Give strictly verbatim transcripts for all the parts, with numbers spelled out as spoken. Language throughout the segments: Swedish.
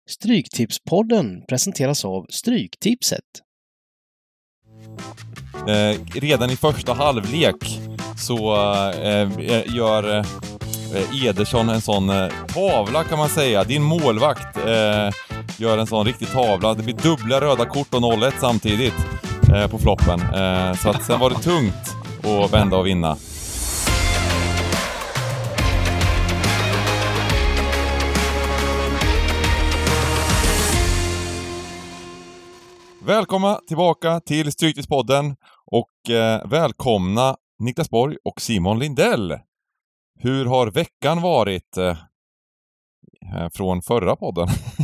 Stryktipspodden presenteras av Stryktipset. Eh, redan i första halvlek så eh, gör eh, Ederson en sån eh, tavla kan man säga. Din målvakt eh, gör en sån riktig tavla. Det blir dubbla röda kort och noll ett samtidigt eh, på floppen. Eh, så att sen var det tungt att vända och vinna. Välkomna tillbaka till Stryktipspodden och eh, välkomna Niklas Borg och Simon Lindell. Hur har veckan varit eh, från förra podden?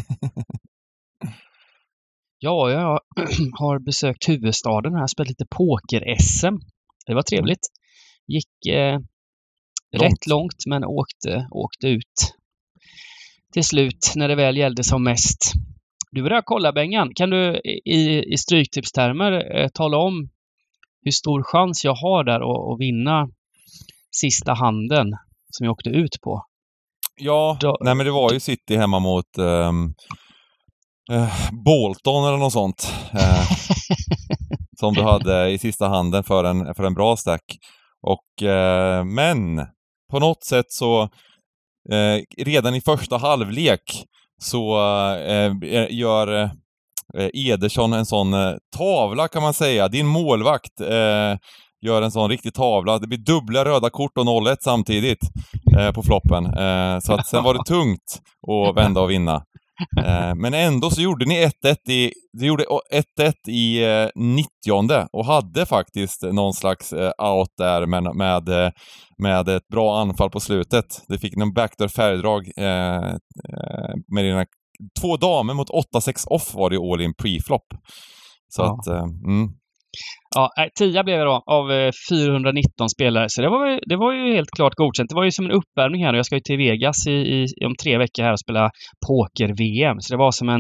Ja, jag har besökt huvudstaden här, spelat lite poker-S M. Det var trevligt. Gick eh, långt. rätt långt men åkte, åkte ut till slut när det väl gällde som mest. Du vill kolla, Bengan. Kan du i, i stryktipstermer eh, tala om hur stor chans jag har där att, att vinna sista handen som jag åkte ut på? Ja, Då, nej men det var ju City hemma mot um, uh, Bolton eller något sånt. Uh, som du hade i sista handen för en, för en bra stack. Och, uh, men på något sätt så uh, redan i första halvlek så eh, gör eh, Ederson en sån eh, tavla kan man säga. Din målvakt eh, gör en sån riktig tavla. Det blir dubbla röda kort och noll ett samtidigt eh, på floppen. Eh, så att sen var det tungt att vända och vinna. Eh, men ändå så gjorde ni ett ett i, du gjorde ett ett i eh, nittionde och hade faktiskt någon slags eh, out där med, med, eh, med ett bra anfall på slutet. Det fick en backdoor färgdrag eh, med dina två damer mot åtta sex off var det all in pre-flop. Så ja. att, eh, mm. Ja, tia blev det då av fyrahundranitton spelare. Så det var, ju, det var ju helt klart godkänt. Det var ju som en uppvärmning här. Och jag ska ju till Vegas i, i, om tre veckor här och spela poker-V M. Så det var som en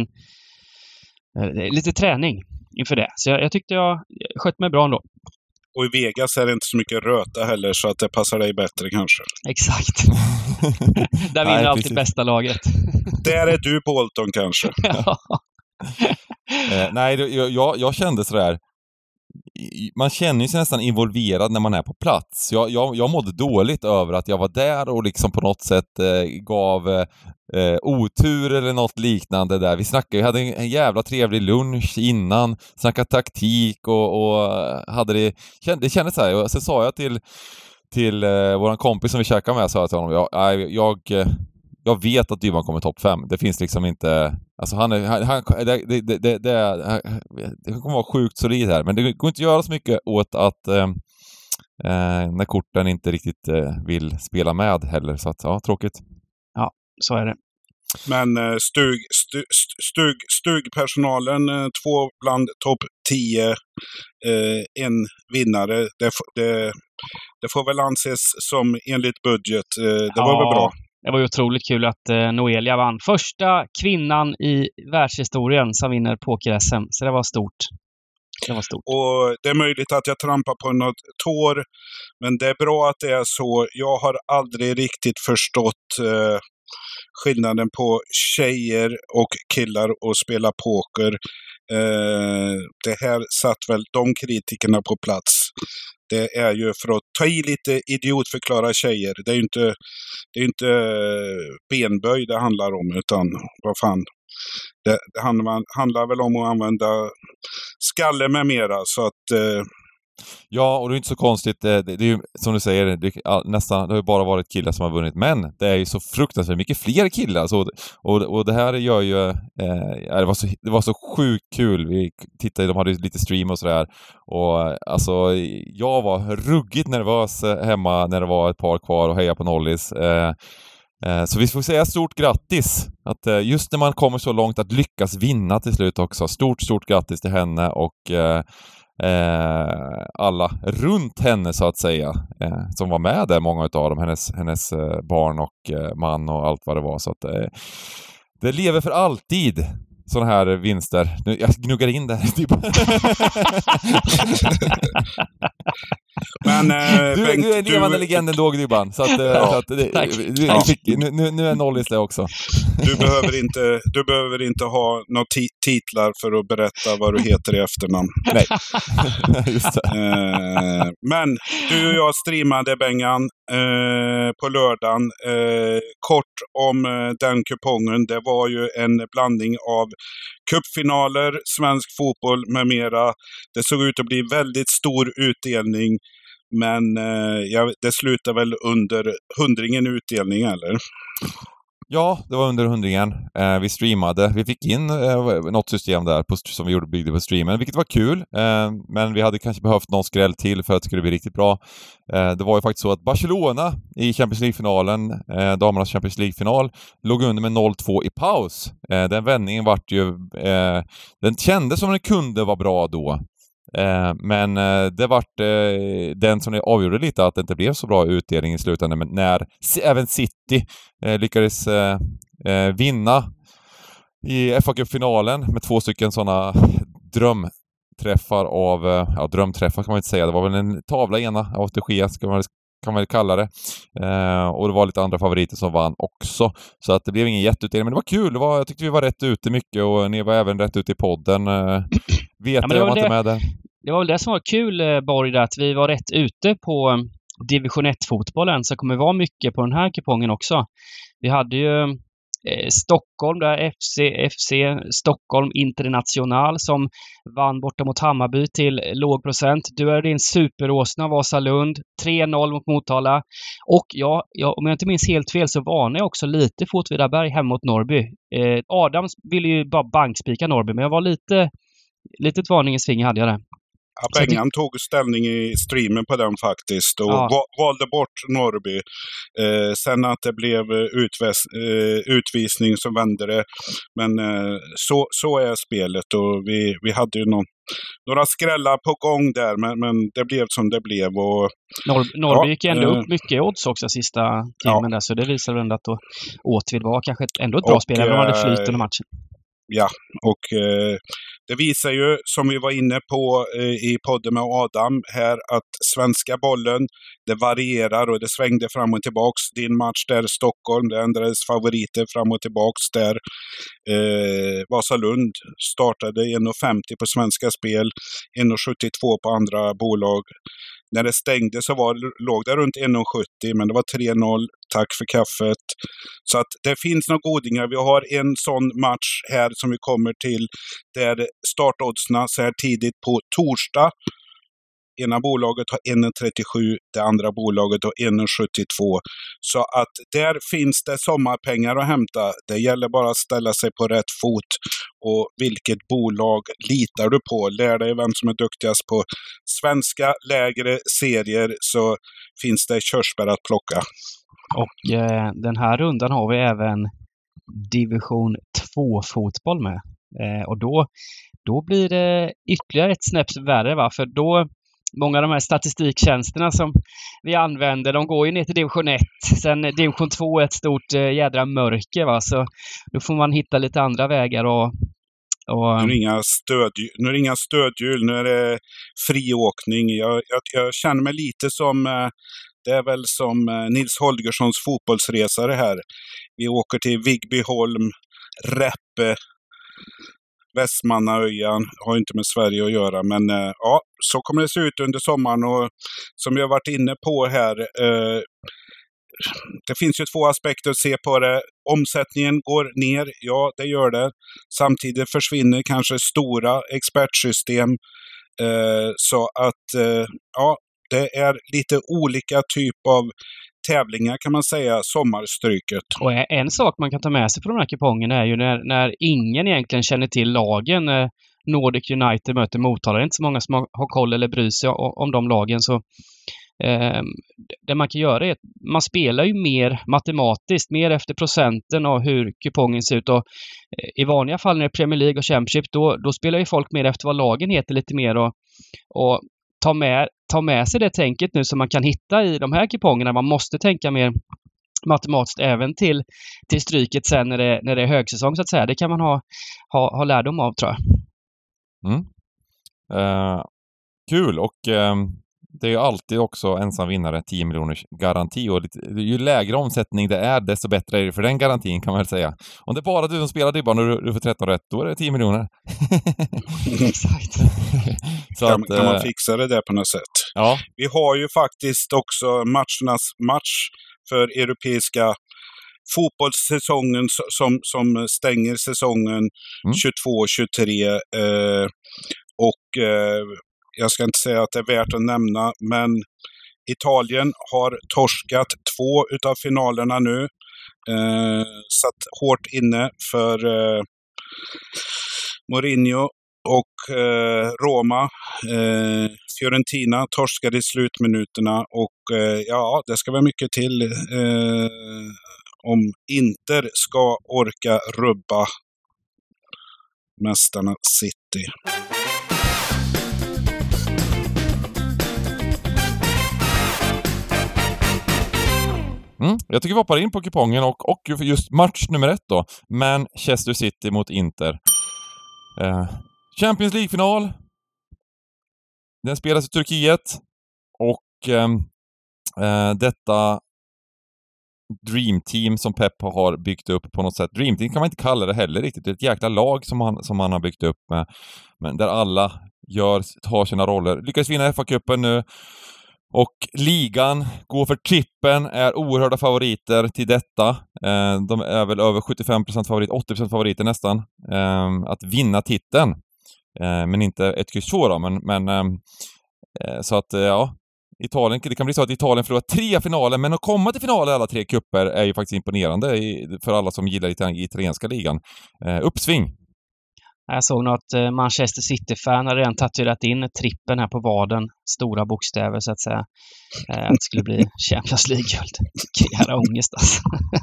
eh, lite träning inför det. Så jag, jag tyckte jag sköt mig bra ändå. Och i Vegas är det inte så mycket röta heller, så att det passar dig bättre kanske. Exakt. Där vinner Nej, alltid precis. bästa laget. Där är du Bolton kanske. Ja. eh, nej, jag, jag, jag kände sådär. Man känner ju sig nästan involverad när man är på plats. Jag, jag, jag mådde dåligt över att jag var där och liksom på något sätt eh, gav eh, otur eller något liknande där. Vi snackade, vi hade en, en jävla trevlig lunch innan, snackade taktik och, och hade det, det kändes så här. Och sen sa jag till, till eh, våran kompis som vi käkade med, sa jag till honom, jag, jag, jag vet att Dybban kommer topp fem. Det finns liksom inte... Alltså han är... Han, han, det, det, det, det, det, det kommer vara sjukt solid här. Men det går inte att göra så mycket åt att... Eh, när korten inte riktigt eh, vill spela med heller. Så att, ja, tråkigt. Ja, så är det. Men eh, stug, stug, stug, stugpersonalen, eh, två bland topp tio, eh, en vinnare. Det, det, det får väl anses som enligt budget. Eh, det ja. var väl bra. Det var ju otroligt kul att eh, Noelia vann. Första kvinnan i världshistorien som vinner poker-S M. Så det var stort. Det var stort. Och det är möjligt att jag trampar på något tår. Men det är bra att det är så. Jag har aldrig riktigt förstått eh, skillnaden på tjejer och killar och spela poker. Eh, det här satt väl de kritikerna på plats. Det är ju för att ta i lite idiotförklara tjejer. Det är ju inte, det är inte benböj det handlar om, utan vad fan. Det, det handlar, handlar väl om att använda skalle med mera, så att... Eh... Ja, och det är inte så konstigt. Det, det, det är ju, som du säger, det, nästan, det har ju bara varit killar som har vunnit. Men det är ju så fruktansvärt mycket fler killar. Så, och, och det här gör ju... Eh, det, var så, det var så sjukt kul. Vi tittade, de hade lite stream och sådär. Och alltså, jag var ruggigt nervös hemma när det var ett par kvar och heja på nollis. Eh, Så vi får säga stort grattis att just när man kommer så långt att lyckas vinna till slut också. Stort, stort grattis till henne och eh, alla runt henne så att säga. Eh, som var med där, många utav dem. Hennes, hennes barn och eh, man och allt vad det var. Så att eh, det lever för alltid. Sådana här vinster. Nu, jag gnuggar in där. Typ. Men, eh, du, Bengt, du är en levande du, legend ändå, Grybban. Så att, ja, så att det, du, ja. fick, nu, nu är nollis det också. Du behöver inte, du behöver inte ha några ti- titlar för att berätta vad du heter i efternamn. Nej. Just det. Eh, men du och jag streamade, Bengan, eh, på lördagen. Eh, kort om eh, den kupongen. Det var ju en blandning av cupfinaler, svensk fotboll med mera. Det såg ut att bli väldigt stor utdelning. Men eh, ja, det slutar väl under hundringen utdelning, eller? Ja, det var under hundringen. Eh, vi streamade. Vi fick in eh, något system där på, som vi gjorde byggde på streamen, vilket var kul. Eh, men vi hade kanske behövt någon skräll till för att det skulle bli riktigt bra. Eh, det var ju faktiskt så att Barcelona i Champions League-finalen, eh, damernas Champions League-final, låg under med noll två i paus. Eh, den vändningen vart ju... Eh, den kändes som den kunde vara bra då. Eh, men eh, det vart eh, den som avgjorde lite att det inte blev så bra utdelning i slutändan, men när s- även City eh, lyckades eh, eh, vinna i F A Cup-finalen med två stycken sådana drömträffar av, eh, ja, drömträffar kan man inte säga, det var väl en tavla ena av De Gea, ska man, kan man väl kalla det. Eh, och det var lite andra favoriter som vann också. Så att det blev ingen jätteutdelning, men det var kul. Det var, jag tyckte vi var rätt ute mycket och ni var även rätt ute i podden. Eh, vet ja, jag var det, inte med där. Det var väl det som var kul, eh, Borg, att vi var rätt ute på um, division ett-fotbollen, så kommer vara mycket på den här kupongen också. Vi hade ju eh, Stockholm där, F C, F C Stockholm International som vann borta mot Hammarby till låg procent. Du är din superåsna Vasalund, tre noll mot Motala. Och ja, ja, om jag inte minns helt fel så varnade jag också lite för Åtvidaberg hemma mot Norrby. Eh, Adams ville ju bara bankspika Norrby, men jag var lite, litet varningens finger hade jag där. Ja, Bengan tog ställning i streamen på den faktiskt och Ja. va- valde bort Norrby. Eh, sen att det blev utväs- eh, utvisning så vände det. Men eh, så, så är spelet och vi, vi hade ju någon, några skrällar på gång där, men, men det blev som det blev. Och, Norr, Norrby ja, gick ändå eh, upp mycket i odds också sista timmen ja. där, så det visar väl ändå att då Åtvid var kanske ett, ändå ett bra Och, spelare, de hade flyt eh, under matchen. Ja, och eh, det visar ju, som vi var inne på eh, i podden med Adam här, att svenska bollen, det varierar och det svängde fram och tillbaks. Din match där, Stockholm, det ändrades favoriter fram och tillbaks där. Eh, Vasalund startade en femtio på Svenska Spel, en sjuttiotvå på andra bolag. När det stängde så var, låg det runt en sjuttio, men det var tre noll. Tack för kaffet. Så att det finns några godingar. Vi har en sån match här som vi kommer till där startoddsna så här tidigt på torsdag. Ena bolaget har en trettiosju, det andra bolaget har en sjuttiotvå. Så att där finns det sommarpengar att hämta. Det gäller bara att ställa sig på rätt fot. Och vilket bolag litar du på? Lär dig vem som är duktigast på svenska lägre serier, så finns det körsbär att plocka. Och eh, den här rundan har vi även division två-fotboll med. Eh, och då, då blir det ytterligare ett snäpp värre, va? För då många av de här statistiktjänsterna som vi använder, de går ju ner till division ett. Sen division två är ett stort eh, jädra mörker, va? Så då får man hitta lite andra vägar och... och nu, är det inga stödhjul, nu är det inga stödhjul, nu är det friåkning. Jag, jag, jag känner mig lite som... Eh, det är väl som eh, Nils Holgerssons fotbollsresare här. Vi åker till Vigbyholm, Räppe, Västmannaöjan, har inte med Sverige att göra, men eh, ja, så kommer det se ut under sommaren. Och som jag varit inne på här, eh, det finns ju två aspekter att se på det. Omsättningen går ner, ja det gör det. Samtidigt försvinner kanske stora expertsystem, eh, så att eh, ja, det är lite olika typ av tävlingar kan man säga, sommarstryket. Och en sak man kan ta med sig på de här kupongerna är ju när, när ingen egentligen känner till lagen. Eh, Nordic United möter Motala. Det är inte så många som har, har koll eller bryr sig om, om de lagen. Så eh, det man kan göra är att man spelar ju mer matematiskt, mer efter procenten av hur kupongen ser ut. Och eh, i vanliga fall när det är Premier League och Championship, då, då spelar ju folk mer efter vad lagen heter lite mer. Och, och ta med ta med sig det tänket nu som man kan hitta i de här kupongerna. Man måste tänka mer matematiskt även till, till stryket sen när det, när det är högsäsong så att säga. Det kan man ha, ha, ha lärdom av, tror jag. Mm. Uh, kul, och uh, det är ju alltid också ensam vinnare tio miljoners garanti. Och lite, ju lägre omsättning det är, desto bättre är det för den garantin, kan man väl säga. Om det är bara du som spelar Dybban och du, du får tretton rätt, då är det tio miljoner. Exakt. Så kan, att, kan man fixa det där på något sätt? Ja. Vi har ju faktiskt också matchernas match för europeiska fotbollssäsongen som, som stänger säsongen mm. tjugotvå tjugotre. Eh, och eh, jag ska inte säga att det är värt att nämna, men Italien har torskat två utav finalerna nu. Eh, satt hårt inne för eh, Mourinho och eh, Roma. Eh, Fiorentina torskade i slutminuterna och eh, ja, det ska vara mycket till eh, om Inter ska orka rubba mästarna City. Mm, jag tycker vi hoppar in på kupongen och, och just match nummer ett då. Manchester City mot Inter. Eh, Champions League-final. Den spelas i Turkiet. Och eh, eh, detta Dream Team som Pep har byggt upp på något sätt. Dream Team kan man inte kalla det heller riktigt. Det är ett jäkla lag som han, som han har byggt upp med. Men där alla gör, tar sina roller. Lyckas vinna F A-cupen nu. Och ligan går för trippen, är oerhörda favoriter till detta. Eh, de är väl över sjuttiofem procent favorit, åttio procent favoriter nästan. Eh, att vinna titeln. Eh, men inte ett kryss två då. Men, men, eh, så att, ja. Italien, det kan bli så att Italien förlorar tre finaler, men att komma till final i alla tre kupper är ju faktiskt imponerande i, för alla som gillar italienska ligan. Eh, uppsving. Jag såg något Manchester City-fan hade redan tatuerat in trippen här på vaden. Stora bokstäver så att säga. Att det skulle bli Champions League-guld. Jävla ångest alltså.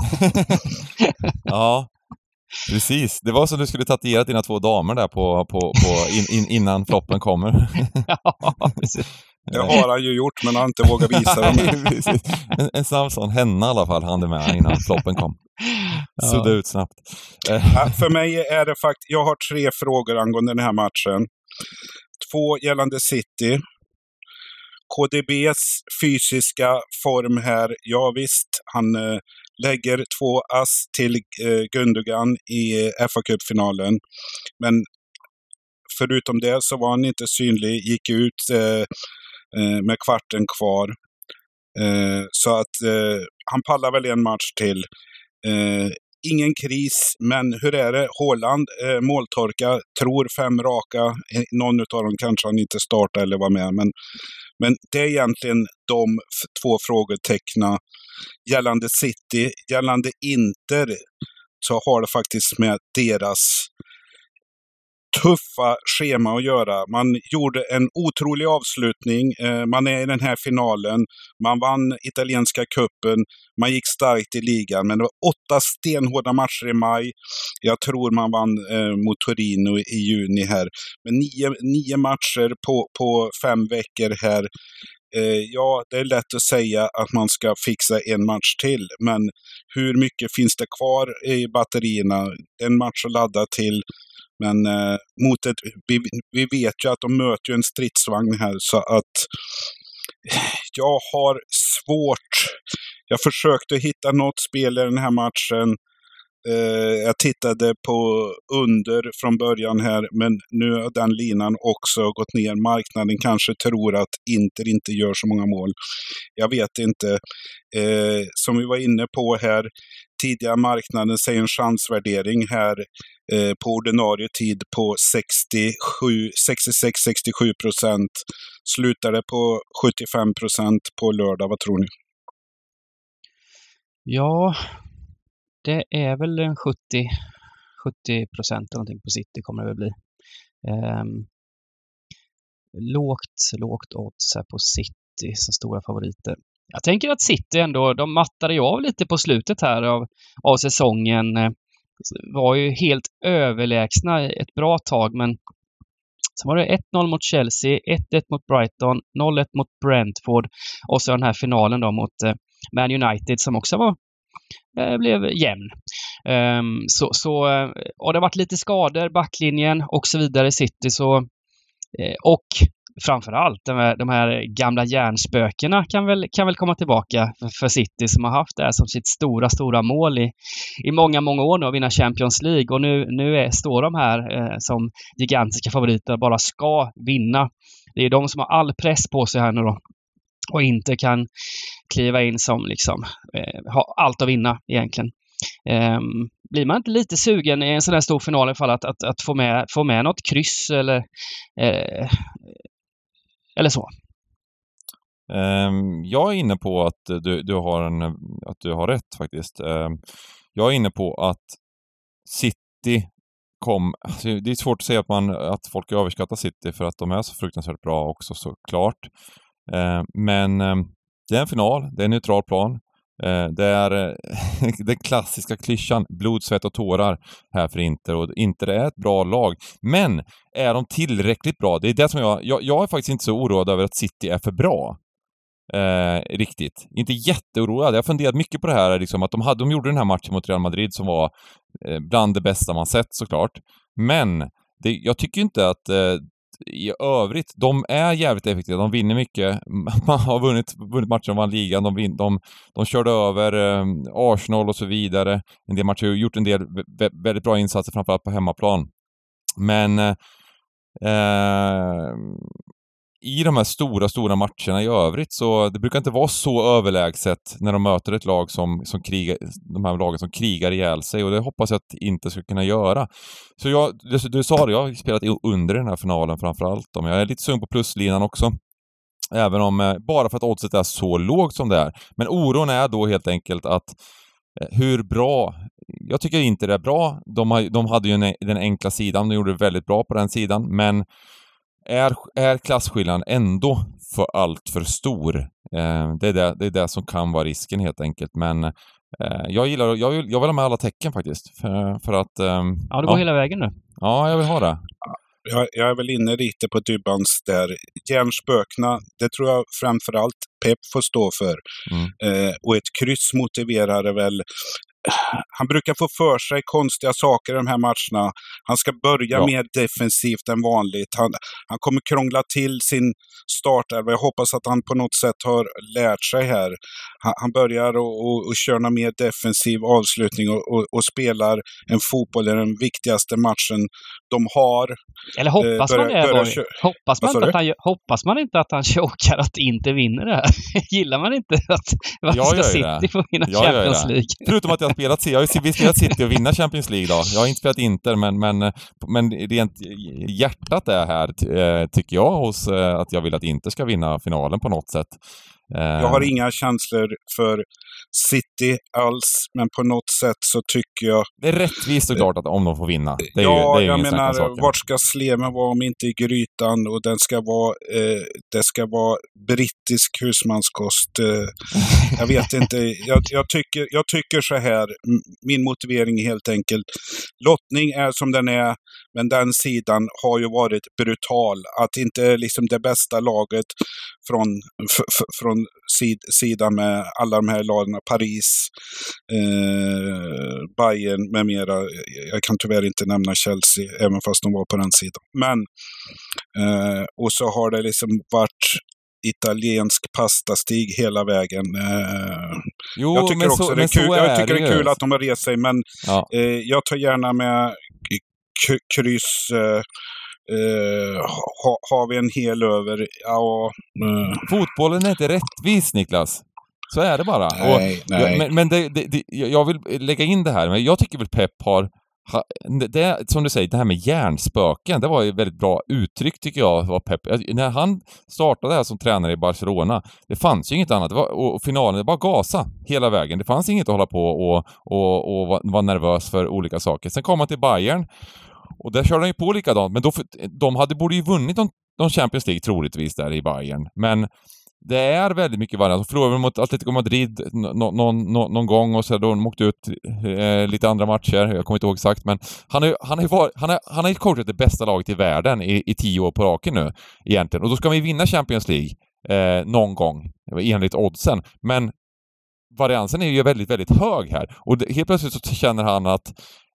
Ja, precis. Det var så du skulle tatuera dina två damer där på, på, på in, in, innan floppen kommer. Ja, precis. Det har han ju gjort, men han inte vågat visa dem. en, en Samson henne i alla fall hann det med innan floppen kom. Så ja. Det ut snabbt. Ja, för mig är det faktiskt, jag har tre frågor angående den här matchen. Två gällande City. K D B:s fysiska form här, ja visst, han eh, lägger två ass till eh, Gundogan i F A-cupfinalen. Men förutom det så var han inte synlig, gick ut eh, med kvarten kvar. Eh, så att eh, han pallar väl en match till. Eh, ingen kris, men hur är det? Haaland, eh, måltorka, tror fem raka. Någon av dem kanske han inte startar eller var med. Men, men det är egentligen de f- två frågeteckna. Gällande City, gällande Inter, så har det faktiskt med deras tuffa schema att göra. Man gjorde en otrolig avslutning. Eh, man är i den här finalen. Man vann italienska kuppen. Man gick starkt i ligan. Men det var åtta stenhårda matcher i maj. Jag tror man vann eh, mot Torino i juni här. Men nio, nio matcher på, på fem veckor här. Eh, ja, det är lätt att säga att man ska fixa en match till. Men hur mycket finns det kvar i batterierna? En match att ladda till. Men eh, mot ett, vi, vi vet ju att de möter ju en stridsvagn här, så att jag har svårt. Jag försökte hitta något spel i den här matchen. Eh, jag tittade på under från början här, men nu har den linan också gått ner. Marknaden kanske tror att Inter inte gör så många mål. Jag vet inte. Eh, som vi var inne på här, tidiga marknaden säger en chansvärdering här eh, på ordinarie tid på sextiosju, sextiosex till sextiosju procent. Slutade på sjuttiofem procent på lördag. Vad tror ni? Ja, det är väl en sjuttio, sjuttio procent eller någonting på City kommer det väl bli. Um, lågt, lågt odds här på City som stora favoriter. Jag tänker att City ändå, de mattade ju av lite på slutet här av, av säsongen. Var ju helt överlägsna ett bra tag, men så var det ett noll mot Chelsea, ett ett mot Brighton, noll ett mot Brentford och så den här finalen då mot eh, Man United som också var eh, blev jämn. Um, så, så, och det har varit lite skador, backlinjen och så vidare i City. Så, eh, och framförallt de här, de här gamla järnspökena kan väl, kan väl komma tillbaka för, för City, som har haft det här som sitt stora, stora mål i, i många, många år nu, att vinna Champions League. Och nu, nu är, står de här eh, som gigantiska favoriter, bara ska vinna. Det är de som har all press på sig här nu då, och inte kan kliva in som liksom eh, ha allt att vinna egentligen. Eh, blir man inte lite sugen i en sån här stor final i fall att, att, att få, med, få med något kryss eller, eh, eller så? Um, jag är inne på att du, du, har en, att du har rätt faktiskt. Um, jag är inne på att City kom... Alltså det är svårt att säga att, man, att folk överskattar City för att de är så fruktansvärt bra också, såklart. Uh, men um, det är en final, det är en neutral plan. Uh, det är uh, den klassiska klyschan, blod, svett och tårar här för Inter. Och Inter är ett bra lag. Men är de tillräckligt bra? Det är det som jag... Jag, jag är faktiskt inte så oroad över att City är för bra. Eh, riktigt. Inte jätteoroad. Jag har funderat mycket på det här, liksom, att de, hade, de gjorde den här matchen mot Real Madrid som var eh, bland det bästa man sett, såklart. Men det, jag tycker inte att eh, i övrigt, de är jävligt effektiva. De vinner mycket. Man har vunnit, vunnit matcher, de vann ligan. De, vin, de, de körde över eh, Arsenal och så vidare. En del matcher har gjort en del vä- väldigt bra insatser, framförallt på hemmaplan. Men eh, i de här stora, stora matcherna i övrigt, så det brukar inte vara så överlägset när de möter ett lag som, som krigar, de här lagen som krigar ihjäl sig, och det hoppas jag att inte ska kunna göra. Så jag, du, du sa det, jag har spelat under den här finalen framförallt. Jag är lite sugen på pluslinan också, även om, bara för att oddset är så lågt som det är. Men oron är då helt enkelt att hur bra, jag tycker inte det är bra. De, har, de hade ju en, den enkla sidan, de gjorde det väldigt bra på den sidan, men Är, är klasskillnaden ändå för allt för stor? Eh, det, är det, det är det som kan vara risken helt enkelt. Men eh, jag gillar, jag vill, jag vill ha med alla tecken faktiskt. För, för att... Eh, ja, du går ja. hela vägen nu. Ja, jag vill ha det. Jag, jag är väl inne lite på Dybans där. Järnspökna, det tror jag framförallt Pep får stå för. Mm. Eh, och ett kryss motiverar det väl. Han brukar få för sig konstiga saker i de här matcherna. Han ska börja ja. mer defensivt än vanligt. Han, han kommer krångla till sin startelva. Jag hoppas att han på något sätt har lärt sig här. Han, han börjar och, och, och kör någon mer defensiv avslutning och, och, och spelar en fotboll i den viktigaste matchen de har. Eller hoppas eh, börja, man det? Börja kö- hoppas, man inte att han, hoppas man inte att han chokar att inte vinner det här? Gillar man inte att man ska City få vinna jag Champions League? Förutom att jag har spelat, jag har spelat City och vinna Champions League då. Jag har inte spelat Inter, men, men, men rent hjärtat är här, tycker jag, hos att jag vill att Inter ska vinna finalen på något sätt. Jag har inga känslor för City alls, men på något sätt så tycker jag... Det är rättvist och klart att om de får vinna. Det är ja, ju, det är jag menar, vart ska slemen vara om inte i grytan? Och den ska vara, eh, det ska vara brittisk husmanskost. Eh, jag vet inte. Jag, jag, tycker, jag tycker så här, min motivering är helt enkelt. Lottning är som den är, men den sidan har ju varit brutal. Att inte liksom det bästa laget från, f- f- från sid- sidan med alla de här lagarna, Paris, eh, Bayern med mera. Jag kan tyvärr inte nämna Chelsea, även fast de var på den sidan. Men, eh, och så har det liksom varit italiensk pastastig hela vägen. Eh, jo, jag tycker också så, det är kul, är jag tycker det det är kul att de har rest sig, men ja. eh, jag tar gärna med k- kryss. Eh, Uh, ha, har vi en hel över? Ja, uh. Fotbollen är inte rättvis, Niklas. Så är det bara. Nej, och, nej. Jag, men men det, det, det, jag vill lägga in det här. Men jag tycker väl Pep har... Ha, det, som du säger, det här med hjärnspöken, det var ju väldigt bra uttryck tycker jag. Var Pep. När han startade här som tränare i Barcelona, det fanns ju inget annat. Det var, och, och finalen, det var gasa hela vägen. Det fanns inget att hålla på och, och, och vara var nervös för olika saker. Sen kom han till Bayern. Och där körde han ju på likadant. Men då, de hade, borde ju vunnit de, de Champions League troligtvis där i Bayern. Men det är väldigt mycket variant. De förlorade mot Atletico Madrid no, no, no, någon gång och så då de åkte ut eh, lite andra matcher. Jag kommer inte ihåg exakt. Men han har han har varit, han har, han har coachat det bästa laget i världen i, i tio år på raken nu egentligen. Och då ska vi vinna Champions League eh, någon gång enligt oddsen. Men variansen är ju väldigt, väldigt hög här. Och det, helt plötsligt så känner han att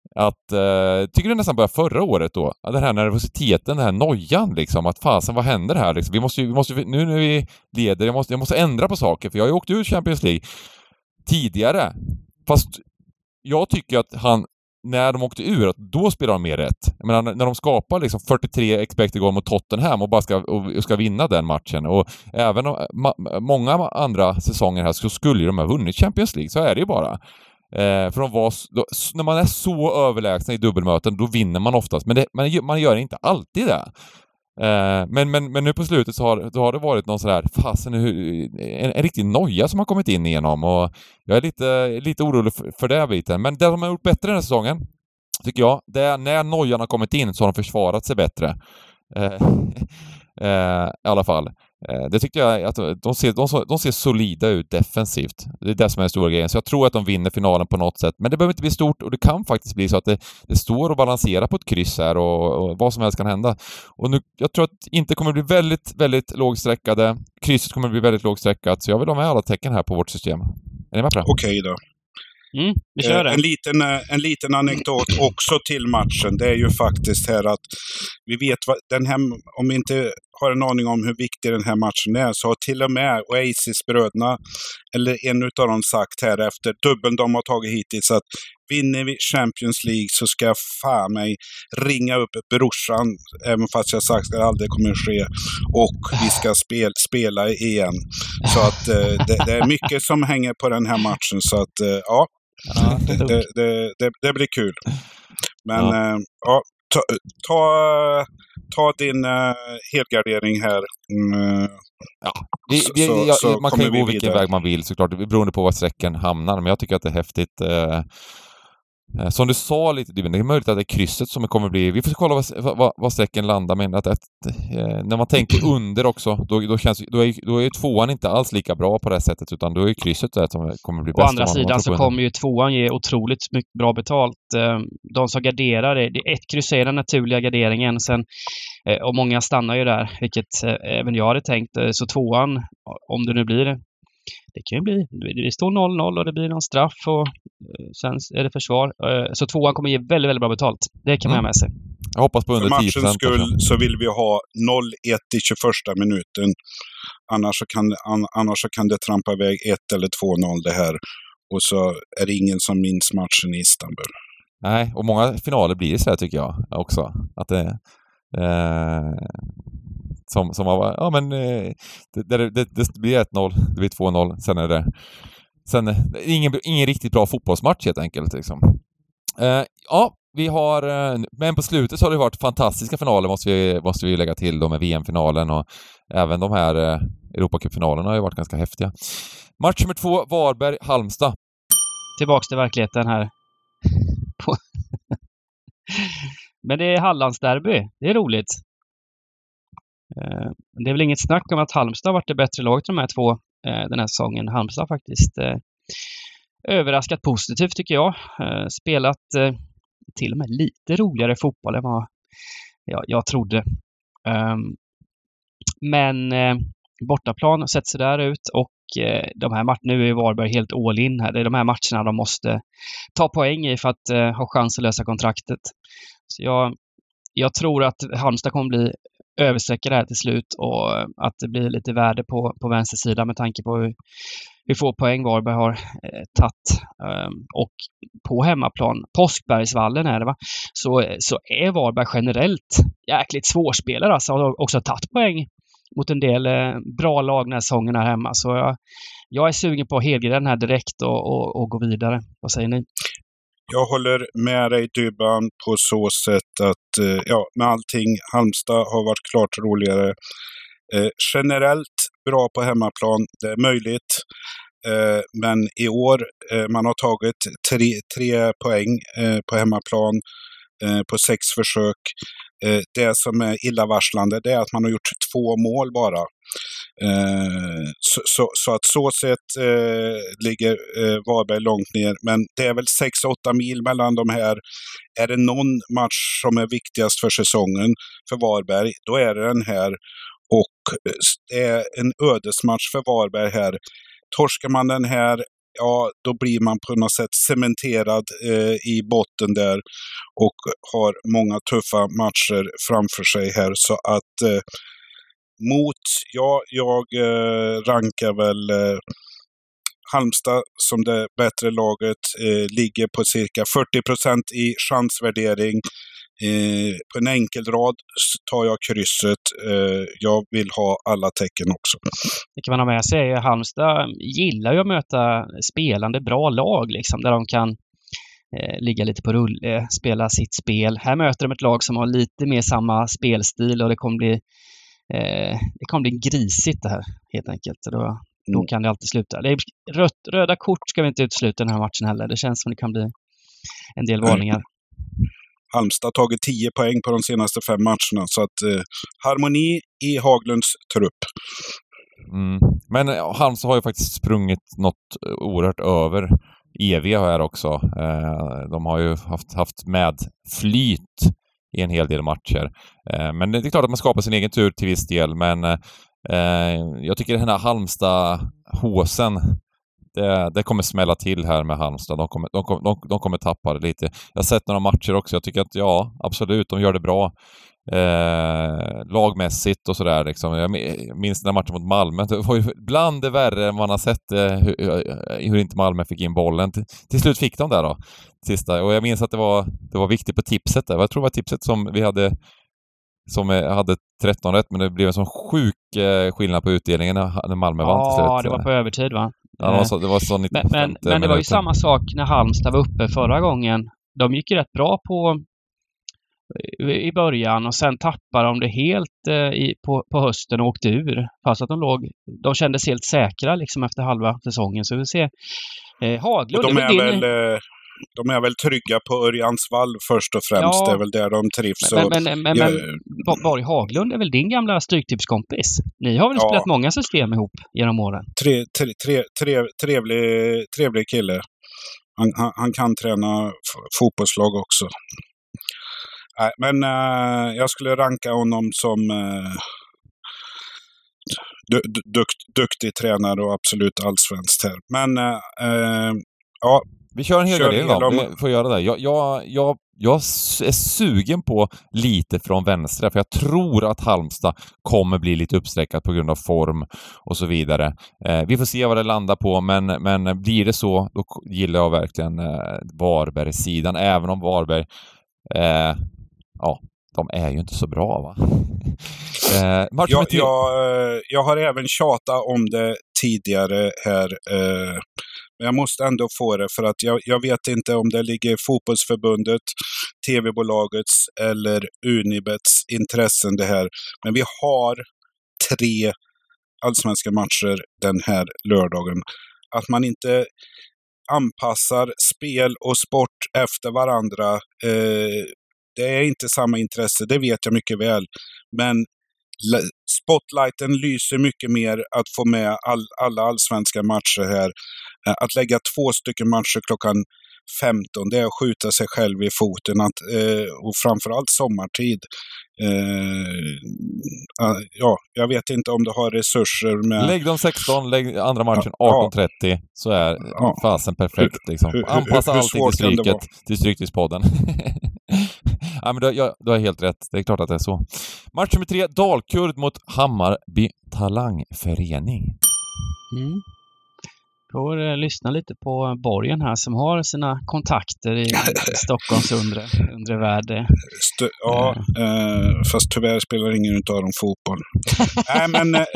att eh, tycker det nästan började förra året då. Den här nervositeten, den här nojan liksom. Att fasen, vad händer här liksom? Vi måste ju, vi måste, nu när vi leder, jag måste, jag måste ändra på saker. För jag har ju åkt ut Champions League tidigare. Fast jag tycker att han, när de åkte ur, att då spelar de mer rätt. Jag menar, när de skapar liksom fyrtiotre expected goal mot Tottenham och bara ska, och ska vinna den matchen. Och även om, ma- många andra säsonger här så skulle ju de ha vunnit Champions League. Så är det ju bara. Eh, för de var, då, när man är så överlägsna i dubbelmöten, då vinner man oftast. Men det, man, man gör inte alltid det. Eh, men, men, men nu på slutet så har, då har det varit någon sån här fasen, en, en riktig noja som har kommit in igenom. Och jag är lite, lite orolig för, för det här biten. Men det de har gjort bättre den här säsongen, tycker jag, det är när nojan har kommit in så har de försvarat sig bättre. Eh, eh, I alla fall. Det tyckte jag att de ser, de, de ser solida ut defensivt. Det är det som är den stora grejen. Så jag tror att de vinner finalen på något sätt. Men det behöver inte bli stort och det kan faktiskt bli så att det, det står och balanserar på ett kryss här och, och vad som helst kan hända. Och nu, jag tror att inte kommer bli väldigt, väldigt lågsträckade. Krysset kommer bli väldigt lågsträckat. Så jag vill ha med alla tecken här på vårt system. Är ni med på det? Okej då. Mm, vi kör det. En liten, en liten anekdot också till matchen. Det är ju faktiskt här att vi vet vad den här, om vi inte har en aning om hur viktig den här matchen är, så har till och med Oasis-bröderna, eller en utav dem, sagt här efter dubbeln de har tagit hittills att vinner vi Champions League så ska jag fan mig ringa upp brorsan, även fast jag sagt att det aldrig kommer att ske, och vi ska spel, spela igen. Så att eh, det, det är mycket som hänger på den här matchen, så att eh, ja, Ja, det, det, det, det, det blir kul. Men Ja. eh, ja, ta, ta, ta din eh, helgardering här. Mm, Ja, vi, Så- vi, så- jag, så man kan ju kommer gå vi vilken vidare. väg man vill såklart, beroende på var sträcken hamnar. Men jag tycker att det är häftigt. Eh, eh, som du sa lite, det är möjligt att det är krysset som kommer bli... Vi får kolla vad, vad, vad sträcken landar med. Att, att, eh, när man tänker under också, då, då, känns, då, är, då är ju tvåan inte alls lika bra på det sättet, utan då är krysset det som kommer bli bäst. Å andra om man- sidan man så tror på kommer ju tvåan ge otroligt mycket bra betalt. Eh, De som garderar, det det är ett kryss är den naturliga garderingen. Sen, eh, och många stannar ju där, vilket eh, även jag hade tänkt. Eh, Så tvåan, om det nu blir det, det kan ju bli, det står noll noll och det blir någon straff och eh, sen är det försvar. Eh, Så tvåan kommer ge väldigt, väldigt bra betalt. Det kan man Mm. ha med sig. Jag hoppas på För under tio matchens procent. skull så vill vi ha noll ett i tjugoförsta minuten. Annars så kan, an, annars så kan det trampa iväg ett eller två noll det här. Och så är det ingen som minns matchen i Istanbul. Nej, och många finaler blir det så här tycker jag också. Att det... Eh, som, som har, ja men eh, det, det, det, det blir ett noll, det blir två noll, sen är det sen är det ingen, ingen riktigt bra fotbollsmatch helt enkelt liksom. Eh, ja, vi har eh, men på slutet så har det varit fantastiska finaler, måste vi, måste vi lägga till då, med V M-finalen och även de här eh, Europacupfinalerna har ju varit ganska häftiga. Match nummer två, Varberg-Halmstad. Tillbaks till verkligheten här. På- Men det är Hallandsderby. Det är roligt. Eh, Det är väl inget snack om att Halmstad har varit det bättre laget de här två eh, den här säsongen. Halmstad har faktiskt eh, överraskat positivt tycker jag. Eh, Spelat eh, till och med lite roligare fotboll än vad jag, jag trodde. Ehm, Men eh, bortaplan sett så där ut och eh, de här matcherna, nu är Varberg helt all in här. Det är de här matcherna de måste ta poäng i för att eh, ha chans att lösa kontraktet. Så jag, jag tror att Halmstad kommer bli översträckade här till slut och eh, att det blir lite värde på, på vänster sida med tanke på hur, hur få poäng Varberg har eh, tagit. Um, och på hemmaplan, Påskbergsvallen är det va, så, så är Varberg generellt jäkligt svårspelare, alltså har också tagit poäng mot en del eh, bra lag den här säsongen här hemma. Så jag, jag är sugen på att hedra den här direkt och, och, och gå vidare. Vad säger ni? Jag håller med dig Dybban på så sätt att eh, ja, med allting, Halmstad har varit klart roligare. Eh, generellt bra på hemmaplan, det är möjligt. Eh, men i år, eh, man har tagit tre, tre poäng eh, på hemmaplan eh, på sex försök. Eh, det som är illavarslande, det är att man har gjort två mål bara. Eh, så, så, så att så sett eh, ligger eh, Varberg långt ner. Men det är väl sex åtta mil mellan de här. Är det någon match som är viktigast för säsongen för Varberg, då är det den här. Och det är en ödesmatch för Varberg här. Torskar man den här ja, då blir man på något sätt cementerad eh, i botten där och har många tuffa matcher framför sig här. Så att eh, mot, ja, jag eh, rankar väl eh, Halmstad som det bättre laget, eh, ligger på cirka fyrtio procent i chansvärdering. Eh, på en enkel rad tar jag krysset. Eh, jag vill ha alla tecken också. Det kan man ha med sig. Halmstad gillar ju att möta spelande bra lag liksom, där de kan eh, ligga lite på rull, eh, spela sitt spel. Här möter de ett lag som har lite mer samma spelstil och det kommer bli eh, det kommer bli grisigt det här helt enkelt. Då, då kan det alltid sluta. Det är rött, röda kort ska vi inte utesluta den här matchen heller. Det känns som det kan bli en del varningar. Halmstad har tagit tio poäng på de senaste fem matcherna. Så att eh, harmoni i Haglunds trupp. Mm. Men Halmstad har ju faktiskt sprungit något oerhört över E V här också. Eh, de har ju haft, haft med flyt i en hel del matcher. Eh, men det är klart att man skapar sin egen tur till viss del. Men eh, jag tycker den här Halmstad-håsen, Det, det kommer smälla till här med Halmstad. De kommer, de, kommer, de, de kommer tappa det lite. Jag har sett några matcher också. Jag tycker att ja, absolut, de gör det bra. Eh, lagmässigt och sådär. Liksom. Jag minns den här matchen mot Malmö. Det var ju bland det värre man har sett eh, hur, hur inte Malmö fick in bollen. Till, till slut fick de där då. Sista. Och jag minns att det var, det var viktigt på tipset där. Jag tror det var tipset som vi hade som hade tretton rätt, men det blev en sån sjuk eh, skillnad på utdelningen när Malmö ja, vann till slut. Ja, det var på övertid va? Ja, det var så, det var så men, men, men det var ju samma sak när Halmstad var uppe förra gången. De gick ju rätt bra på i början och sen tappade de det helt eh, i, på, på hösten och åkte ur. Fast att de låg, de kändes helt säkra liksom efter halva säsongen. Så vi ser eh, Haglund. Och de är, är din... väl... Eh... De är väl trygga på Örjansvall först och främst. Ja, det är väl där de trivs. Men, men, men, men, jag... men Borg Haglund är väl din gamla stryktipskompis? Ni har väl ja. spelat många system ihop genom åren? Tre, tre, tre, tre, trevlig, trevlig kille. Han, han, han kan träna f- fotbollslag också. Nej, men äh, jag skulle ranka honom som äh, du, du, dukt, duktig tränare och absolut allsvenskt här. Men äh, ja, vi kör en helgardering då. Vi får göra det. Jag, jag, jag, jag är sugen på lite från vänster. För jag tror att Halmstad kommer bli lite uppsträckat på grund av form och så vidare. Eh, vi får se vad det landar på. Men, men blir det så, då gillar jag verkligen eh, Varberg-sidan. Även om Varberg, eh, ja, de är ju inte så bra va? eh, jag, jag, jag har även tjatat om det tidigare här. Eh, Men jag måste ändå få det för att jag, jag vet inte om det ligger i fotbollsförbundet, T V-bolagets eller Unibets intressen det här. Men vi har tre allsvenska matcher den här lördagen. Att man inte anpassar spel och sport efter varandra, eh, det är inte samma intresse, det vet jag mycket väl. Men spotlighten lyser mycket mer att få med all, alla allsvenska matcher här. Att lägga två stycken matcher klockan femton, det är att skjuta sig själv i foten. Att, eh, och framförallt sommartid. Eh, ja, jag vet inte om du har resurser med... Lägg dem sexton, lägg andra matchen arton trettio, så är ja. fasen perfekt. Liksom. Anpassa hur, hur allting till stryket, till Stryktipspodden. Ja, men du, jag, du har helt rätt. Det är klart att det är så. Match nummer tre, Dalkurd mot Hammarby Talangförening. Mm. Får eh, lyssna lite på Borgen här som har sina kontakter i Stockholms undre, undre värld. St- ja, eh, fast tyvärr spelar ingen av dem fotboll. Nej, men eh,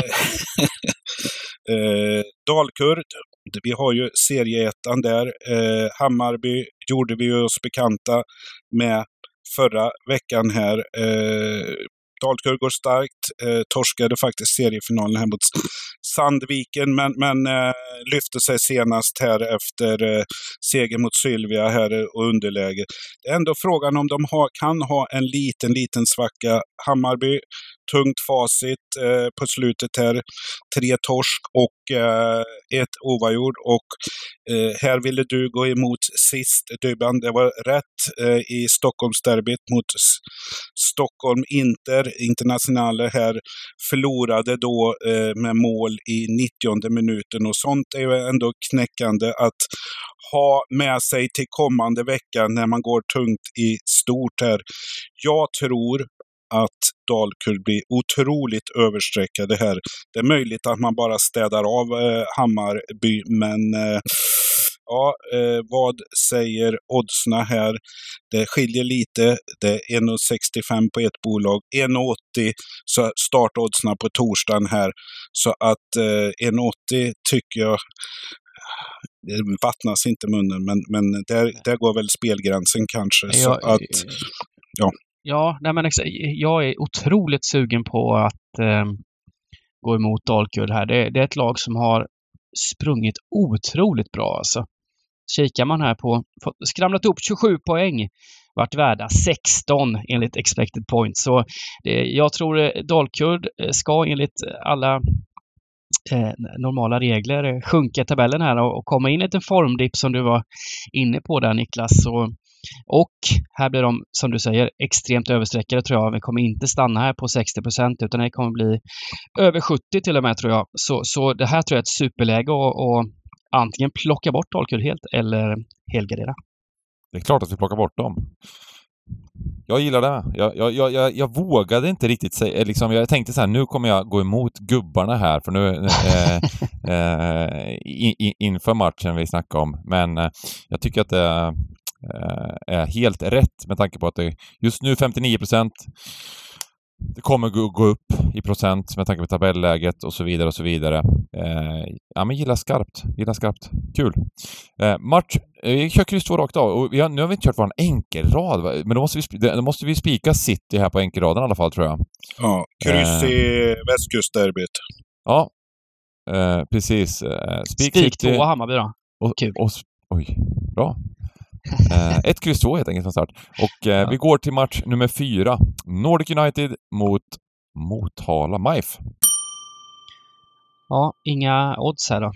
eh, Dalkurd, vi har ju serieettan där. Eh, Hammarby gjorde vi oss bekanta med förra veckan här. Eh, Dalkurd går starkt. Eh, torskade faktiskt seriefinalen här mot Sandviken. Men, men eh, lyfte sig senast här efter eh, seger mot Sylvia här och underläge. Det är ändå frågan om de har, kan ha en liten, liten svacka. Hammarby tungt facit eh, på slutet här. Tre torsk och eh, ett oavgjord. Och eh, här ville du gå emot sist, Dybban. Det var rätt eh, i Stockholmsderbyt mot S- Stockholm Inter. Internationale här förlorade då eh, med mål i nittionde minuten. Och sånt är ju ändå knäckande att ha med sig till kommande vecka när man går tungt i stort här. Jag tror att Dalkurd blir otroligt överstreckade här. Det är möjligt att man bara städar av eh, Hammarby, men eh, ja, eh, vad säger oddsna här? Det skiljer lite. Det är en komma sextiofem på ett bolag, en komma åttio så startoddsna på torsdagen här. Så att eh, en komma åttio tycker jag, det vattnas inte munnen, men, men där, där går väl spelgränsen kanske. Jag, så att, ja. Ja, nej men exa- jag är otroligt sugen på att eh, gå emot Dalkurd här. Det, det är ett lag som har sprungit otroligt bra alltså. Kikar man här på, fått skramlat upp tjugosju poäng, vart värda sexton enligt expected points. Så det, jag tror Dalkurd ska enligt alla eh, normala regler sjunka tabellen här och, och komma in i en formdipp som du var inne på där, Niklas. Så, och här blir de, som du säger, extremt översträckade tror jag. Vi kommer inte stanna här på sextio procent utan det kommer bli över sjuttio till och med tror jag. Så, så det här tror jag är ett superläge och, och antingen plocka bort Dalkurd helt eller helgardera. Det är klart att vi plockar bort dem. Jag gillar det. Jag, jag, jag, jag, jag vågade inte riktigt säga, liksom, jag tänkte så här, nu kommer jag gå emot gubbarna här för nu eh, eh, in, in, inför matchen vi snackar om. Men eh, jag tycker att det eh, är helt rätt med tanke på att det just nu femtionio procent. Det kommer gå, gå upp i procent med tanke på tabelläget och så vidare och så vidare. Eh, ja, men gillar skarpt. Gillar skarpt. Kul. Eh, match. Eh, vi kör kryss två rakt av. Och vi har, nu har vi inte kört vår enkelrad. Va? Men då måste, vi, då måste vi spika City här på enkelraden i alla fall, tror jag. Ja, kryss eh, i västkustderbyt. Ja, eh, precis. Eh, spik Spik City. två Hammarby då. Och, Kul. Och, oj, bra. Eh, ett kryss två helt enkelt från start. Och eh, ja. Vi går till match nummer fyra. Nordic United mot Motala M I F. Ja, inga odds här då.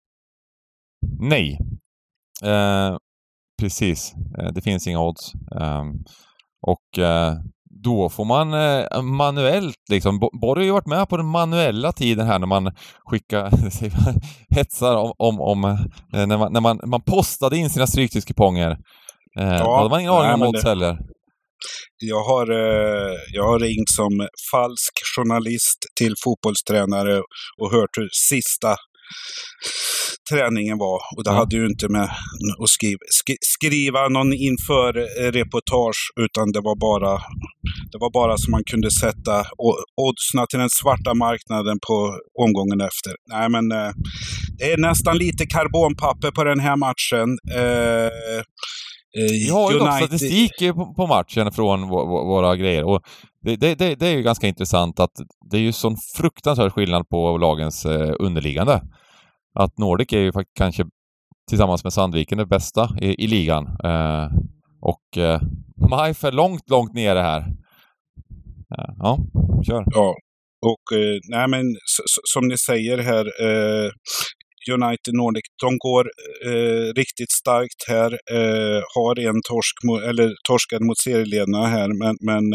Nej. Eh, precis. Eh, det finns inga odds. Eh, och eh, då får man eh, manuellt liksom. Borg har ju varit med på den manuella tiden här när man skickar hetsar om, om, om eh, när, man, när man, man postade in sina stryktipskuponger. Eh, ja, hade man ingen aning om odds det... heller. Jag har, eh, jag har ringt som falsk journalist till fotbollstränare och hört hur sista träningen var. Och det ja. hade ju inte med att skriva, sk- skriva någon inför reportage, utan det var bara det var bara så man kunde sätta oddsna till den svarta marknaden på omgången efter. Nej, men eh, det är nästan lite karbonpapper på den här matchen. Eh, Vi har ju dock statistik på, på matchen från v- våra grejer. Och det, det, det, det är ju ganska intressant att det är ju sån fruktansvärd skillnad på lagens eh, underliggande. Att Nordic är ju faktiskt kanske tillsammans med Sandviken det bästa i, i ligan. Eh, och eh, M I F är långt, långt nere här. Eh, ja, kör. Ja, och eh, nej men s- som ni säger här, eh, United Nordic, de går eh, riktigt starkt här. Eh, har en torsk mo- eller torskad mot serieledarna här, men, men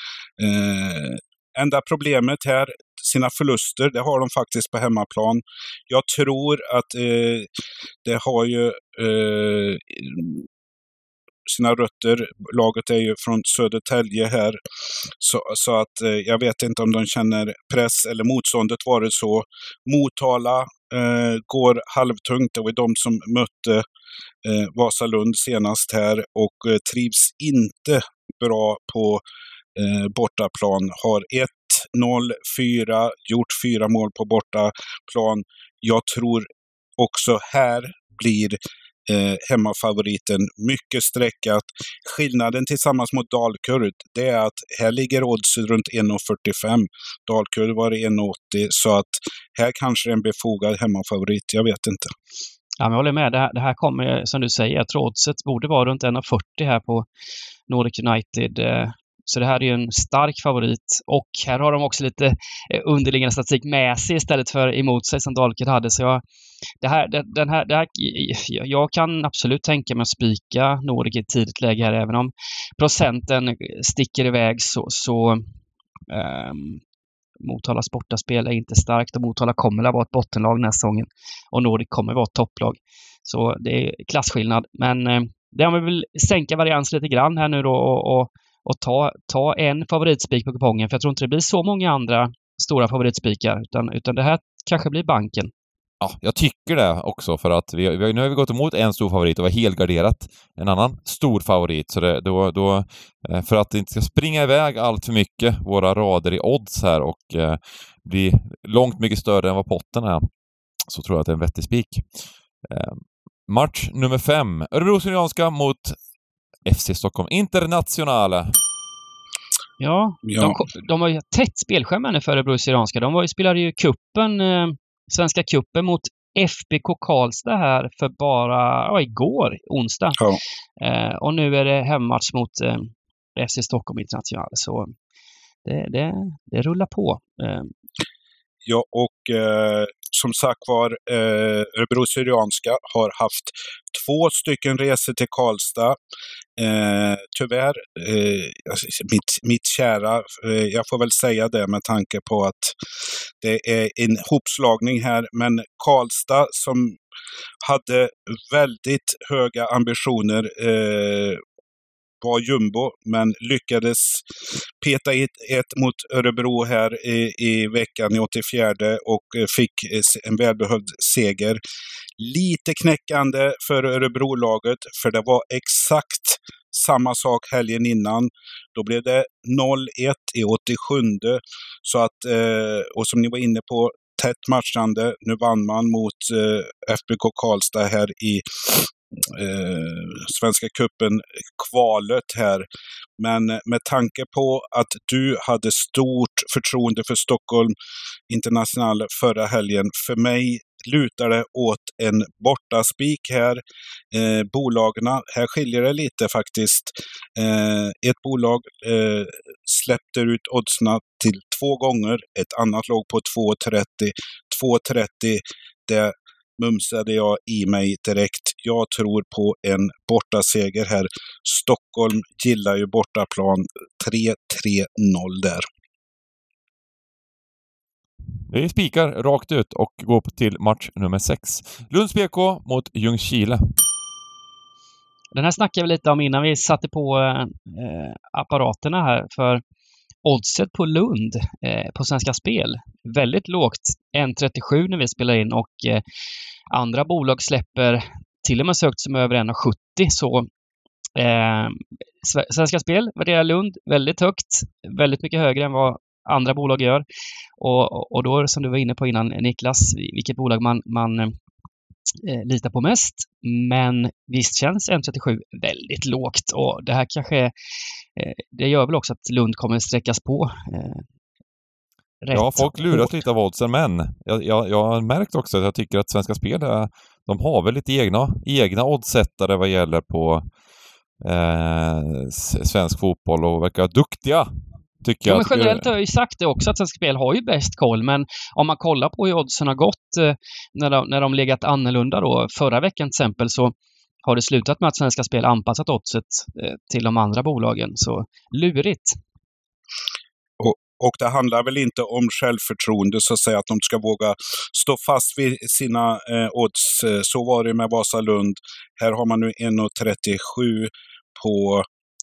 eh, enda problemet här, sina förluster, det har de faktiskt på hemmaplan. Jag tror att eh, det har ju eh, sina rötter. Laget är ju från Södertälje här. Så, så att eh, jag vet inte om de känner press eller motståndet var det så. Motala eh, går halvtungt. Det var de som mötte eh, Vasalund senast här och eh, trivs inte bra på eh, bortaplan. Har ett noll fyra, gjort fyra mål på bortaplan. Jag tror också här blir Eh, hemmafavoriten mycket sträckat. Skillnaden tillsammans mot Dalkurd, det är att här ligger odds runt en komma fyrtiofem. Dalkurd var det en komma åttio, så att här kanske är en befogad hemmafavorit. Jag vet inte. Ja, men jag håller med. Det här, det här kommer, som du säger, jag tror oddset borde vara runt en komma fyrtio här på Nordic United. Eh, Så det här är ju en stark favorit. Och här har de också lite underliggande statistik med sig istället för emot sig som Dalkurd hade. Så jag, det här, det, den här, det här, jag kan absolut tänka mig att spika Nordic i ett tidigt läge här. Även om procenten sticker iväg så... så um, Motalas bortaspel är inte starkt och Motala kommer att vara ett bottenlag nästa säsongen och Nordic kommer att vara ett topplag. Så det är klasskillnad. Men eh, det har vi väl sänka varians lite grann här nu då och, och, och ta, ta en favoritspik på kupongen. För jag tror inte det blir så många andra stora favoritspikar utan, utan det här kanske blir banken. Ja, jag tycker det också för att vi, vi, nu har vi gått emot en stor favorit och vi har helgarderat en annan stor favorit. Så det, då, då, för att det inte ska springa iväg allt för mycket, våra rader i odds här och eh, bli långt mycket större än vad potten är, så tror jag att det är en vettig spik. Eh, match nummer fem. Örebro Syrianska mot F C Stockholm Internationale. Ja, Ja. De, de har ju tätt spelschema nu för Örebro Syrianska. De var ju, spelade ju kuppen eh, Svenska cupen mot F B K Karlstad här för bara ja, igår, onsdag. Ja. Eh, och nu är det hemmatch mot eh, F C Stockholm International. Så det, det, det rullar på. Eh. Ja, och eh, som sagt var, eh, Örebro Syrianska har haft två stycken resor till Karlstad. Eh, tyvärr, eh, mitt, mitt kära, eh, jag får väl säga det med tanke på att det är en hopslagning här, men Karlstad som hade väldigt höga ambitioner eh, var jumbo, men lyckades peta ett, ett mot Örebro här i, i veckan i åttiofjärde och fick en välbehövd seger. Lite knäckande för Örebro-laget, för det var exakt samma sak helgen innan. Då blev det noll ett i åttiosjunde. Så att, och som ni var inne på, tätt matchande. Nu vann man mot F B K Karlstad här i Eh, Svenska cupen kvalet här, men med tanke på att du hade stort förtroende för Stockholm International förra helgen, för mig lutar det åt en bortaspik här. Eh, bolagerna, här skiljer det lite faktiskt. Eh, ett bolag eh, släppte ut oddsna till två gånger, ett annat låg på två trettio. två trettio, det mumsade jag i mig direkt. Jag tror på en bortaseger här. Stockholm gillar ju bortaplan. tre tre noll där. Vi spikar rakt ut och går till match nummer sex. Lunds B K mot Ljungskile. Den här snackade vi lite om innan vi satte på eh, apparaterna här, för oddset på Lund eh, på Svenska Spel väldigt lågt, ett trettiosju när vi spelar in, och eh, andra bolag släpper till och med sökt som över ett sjuttio, så eh, Svenska Spel värderar Lund väldigt högt, väldigt mycket högre än vad andra bolag gör, och, och då som du var inne på innan, Niklas, vilket bolag man, man eh, litar på mest, men visst känns ett trettiosju väldigt lågt, och det här kanske eh, det gör väl också att Lund kommer sträckas på eh, rätt. Ja, folk lurat lite av oddsen, men jag, jag, jag har märkt också att jag tycker att Svenska Spel, de har väl lite egna, egna oddsättare vad gäller på eh, svensk fotboll och verkar duktiga. Tycker ja, jag. Men generellt har jag ju sagt det också att Svenska Spel har ju bäst koll, men om man kollar på hur oddsen har gått eh, när, de, när de legat annorlunda då, förra veckan till exempel, så har det slutat med att Svenska Spel anpassat oddset eh, till de andra bolagen, så lurigt. Och, och det handlar väl inte om självförtroende så att säga, att de ska våga stå fast vid sina eh, odds. Så var det med Vasalund. Här har man nu ett trettiosju på.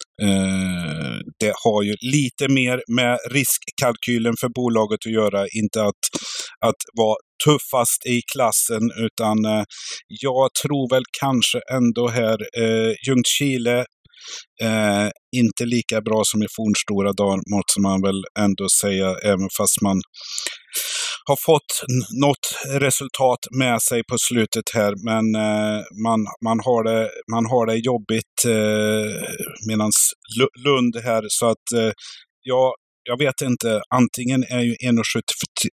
Eh, det har ju lite mer med riskkalkylen för bolaget att göra, inte att, att vara tuffast i klassen, utan eh, jag tror väl kanske ändå här eh, Ljungskile eh, inte lika bra som i fornstora dagar, måste man väl ändå säga, även fast man har fått något resultat med sig på slutet här, men eh, man, man, har det, man har det jobbigt eh, medans Lund här, så att eh, ja, jag vet inte, antingen är ju ett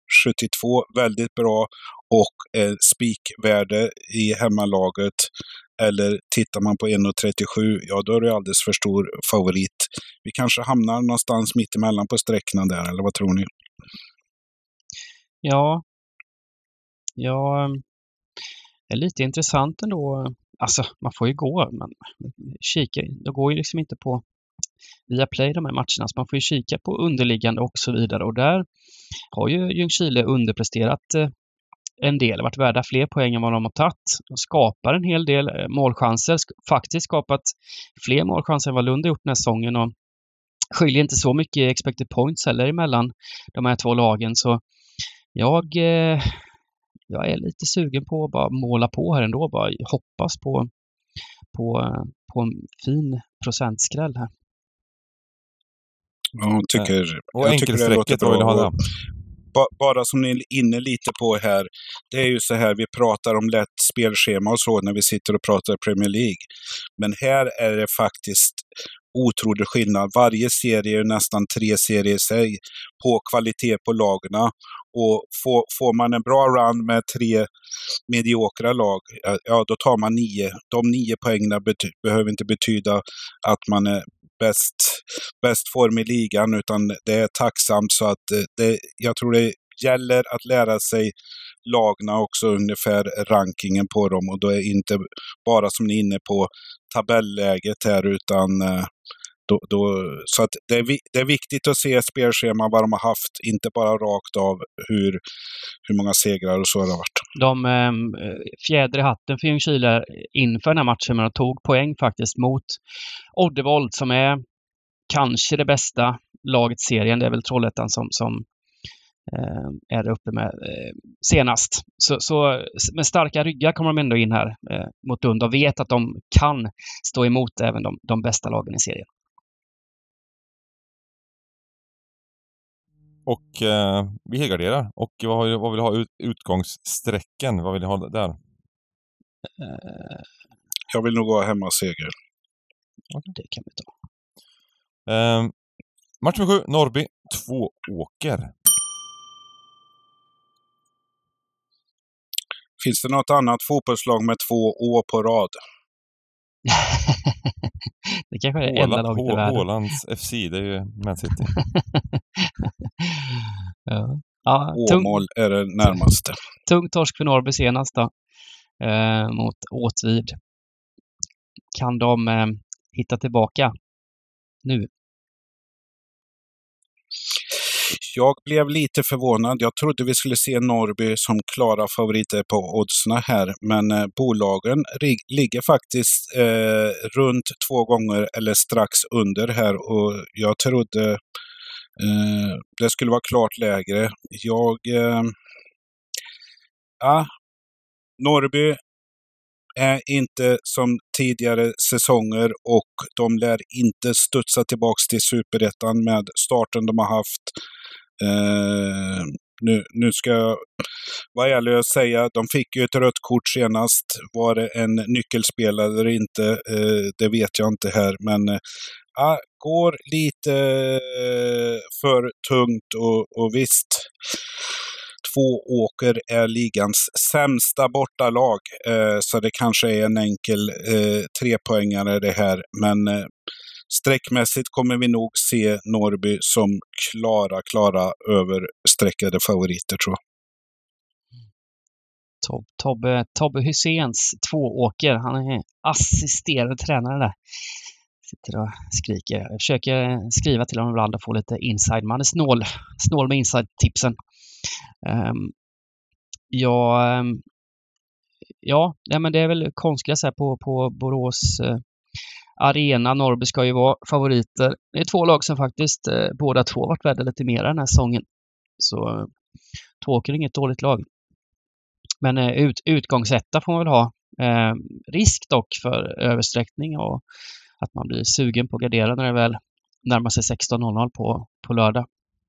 sjuttiotvå väldigt bra och eh, spikvärde i hemmalaget, eller tittar man på en trettiosju, ja då är det alldeles för stor favorit. Vi kanske hamnar någonstans mitt emellan på sträckorna där, eller vad tror ni? Ja, ja, det är lite intressant ändå. Alltså, man får ju gå, men kika, det går ju liksom inte på via play de här matcherna, så man får ju kika på underliggande och så vidare. Och där har ju Ljungskile underpresterat en del, varit värda fler poäng än vad de har tagit. De skapar en hel del målchanser, faktiskt skapat fler målchanser än vad Lund har gjort den här säsongen, och skiljer inte så mycket expected points heller emellan de här två lagen. Så jag, jag är lite sugen på att bara måla på här ändå, bara hoppas på, på, på en fin procentskräll här. Jag tycker, och jag tycker det låter bra. Vill ha det. Bara som ni är inne lite på här, det är ju så här, vi pratar om lätt spelschema och så när vi sitter och pratar Premier League. Men här är det faktiskt otrolig skillnad. Varje serie är nästan tre serier i sig på kvalitet på lagarna. Och får, får man en bra run med tre mediokra lag, ja då tar man nio. De nio poängen bety- behöver inte betyda att man är bäst, bäst form i ligan, utan det är tacksamt, så att det, jag tror det gäller att lära sig lagna också, ungefär rankingen på dem, och då är inte bara som ni är inne på tabelläget här, utan då, då, så att det är, det är viktigt att se spelschema vad de har haft, inte bara rakt av hur, hur många segrar och så har det varit. De eh, fjäder i hatten för Ljungskile inför den här matchen, men de tog poäng faktiskt mot Oddevold, som är kanske det bästa laget i serien. Det är väl Trollhättan som, som eh, är där uppe med eh, senast. Så, så med starka ryggar kommer de ändå in här eh, mot Lund och vet att de kan stå emot även de, de bästa lagen i serien. Och eh, vi helgarderar. Och vad, vad vill du ha ut, utgångssträcken? Vad vill du ha där? Eh, Jag vill nog gå hemma seger. Okay. Det kan vi ta. Eh, match nummer sju, Norrby, två Åker. Finns det något annat fotbollslag med två Å på rad? Det kanske är det enda laget i världen. Ålands F C, det är ju Man City. ja. Ja, Åmål är det närmaste. Tung torsk för Norrby senast då. Eh, mot Åtvid. Kan de eh, hitta tillbaka nu? Jag blev lite förvånad. Jag trodde vi skulle se Norrby som klara favoriter på oddsna här. Men eh, bolagen rig- ligger faktiskt eh, runt två gånger eller strax under här. Och jag trodde eh, det skulle vara klart lägre. Jag... Eh, ja, Norrby är inte som tidigare säsonger, och de lär inte studsa tillbaks till Superettan med starten de har haft. Eh, nu, nu ska jag vara ärlig och säga, de fick ju ett rött kort senast. Var det en nyckelspelare eller inte, eh, det vet jag inte här. Men eh, går lite eh, för tungt, och, och visst, två Åker är ligans sämsta bortalag, eh, så det kanske är en enkel eh, trepoängare det här. Men eh, sträckmässigt kommer vi nog se Norrby som klara, klara översträckade favoriter, tror jag. Tob, Tobbe, Tobbe Hyséns två Åker, han är assisterande tränare där. Sitter och skriker. Jag försöker skriva till honom ibland och få lite inside. Man är snål, snål med inside-tipsen. Um, ja, um, ja, nej, men det är väl konstigt så här på, på Borås uh, arena. Norrby ska ju vara favoriter. Det är två lag som faktiskt uh, båda två varit värda lite mer den här säsongen. Så uh, Tåker är inget dåligt lag. Men uh, ut, utgångsetta får man väl ha. Uh, risk dock för översträckning, och att man blir sugen på att gardera när det väl närmar sig sexton noll noll på, på lördag.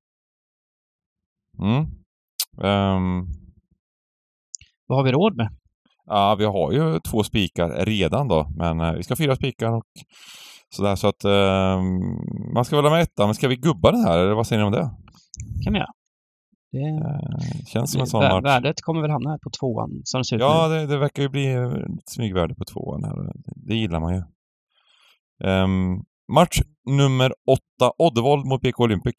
Mm. Um, Vad har vi råd med? Ja, vi har ju två spikar redan då, men uh, vi ska ha fyra spikar och sådär, så att uh, man ska väl ha med etta, men ska vi gubba den här, eller vad säger ni om det? Kan vi göra. Det eh, känns som en sån vär, match. Värdet kommer väl hamna här på tvåan som det ser ut Ja, nu. det, det verkar ju bli ett smygvärde på tvåan här. Det gillar man ju. Um, match nummer åtta, Oddevold mot B K Olympic.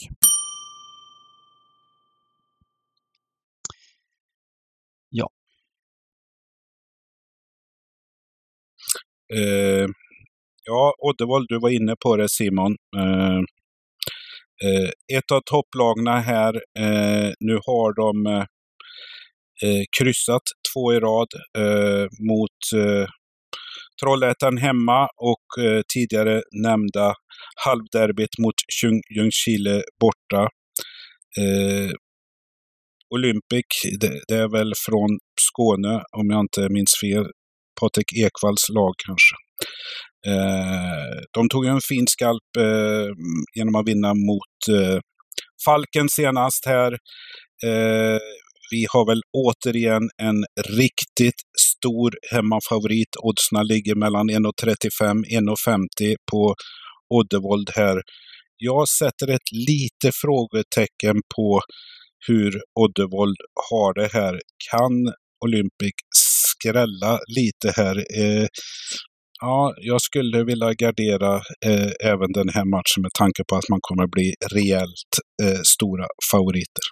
Ja. Uh, ja, Oddevold, du var inne på det, Simon. Uh, uh, ett av topplagna här. Uh, nu har de uh, uh, kryssat två i rad uh, mot uh, Trollhättan hemma och uh, tidigare nämnda halvderbyt mot Ljungskile borta. Uh, Olympic, det, det är väl från Skåne, om jag inte minns fel. Patrik Ekvalls lag kanske. Eh, de tog en fin skalp eh, genom att vinna mot eh, Falken senast här. Eh, vi har väl återigen en riktigt stor hemmafavorit. Oddsna ligger mellan en trettiofem och en femtio på Oddevold här. Jag sätter ett lite frågetecken på hur Oddevold har det här. Kan Olympic skrälla lite här? Eh, ja, jag skulle vilja gardera eh, även den här matchen med tanke på att man kommer att bli rejält eh, stora favoriter.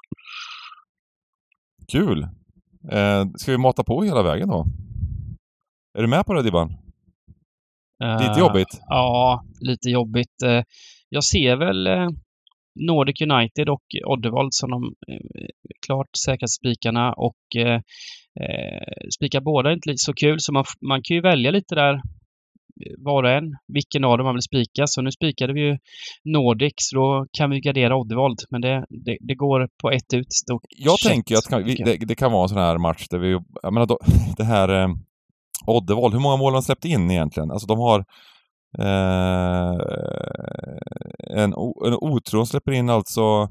Kul! Eh, ska vi mata på hela vägen då? Är du med på det, Dibban? Uh, lite jobbigt? Ja, lite jobbigt. Uh, jag ser väl uh, Nordic United och Oddevold som de uh, klart säkrast spikarna och uh, uh, spikar båda inte så kul, så man, man kan ju välja lite där var och en vilken av dem man vill spika. Så nu spikade vi ju Nordic, så då kan vi gardera Oddevold, men det, det, det går på ett ut stort. Jag sätt. tänker att kan, vi, det, det kan vara en sån här match där vi, jag menar då, det här eh, Oddevold, hur många mål har de släppt in egentligen? Alltså de har eh, en, en otro, de släpper in alltså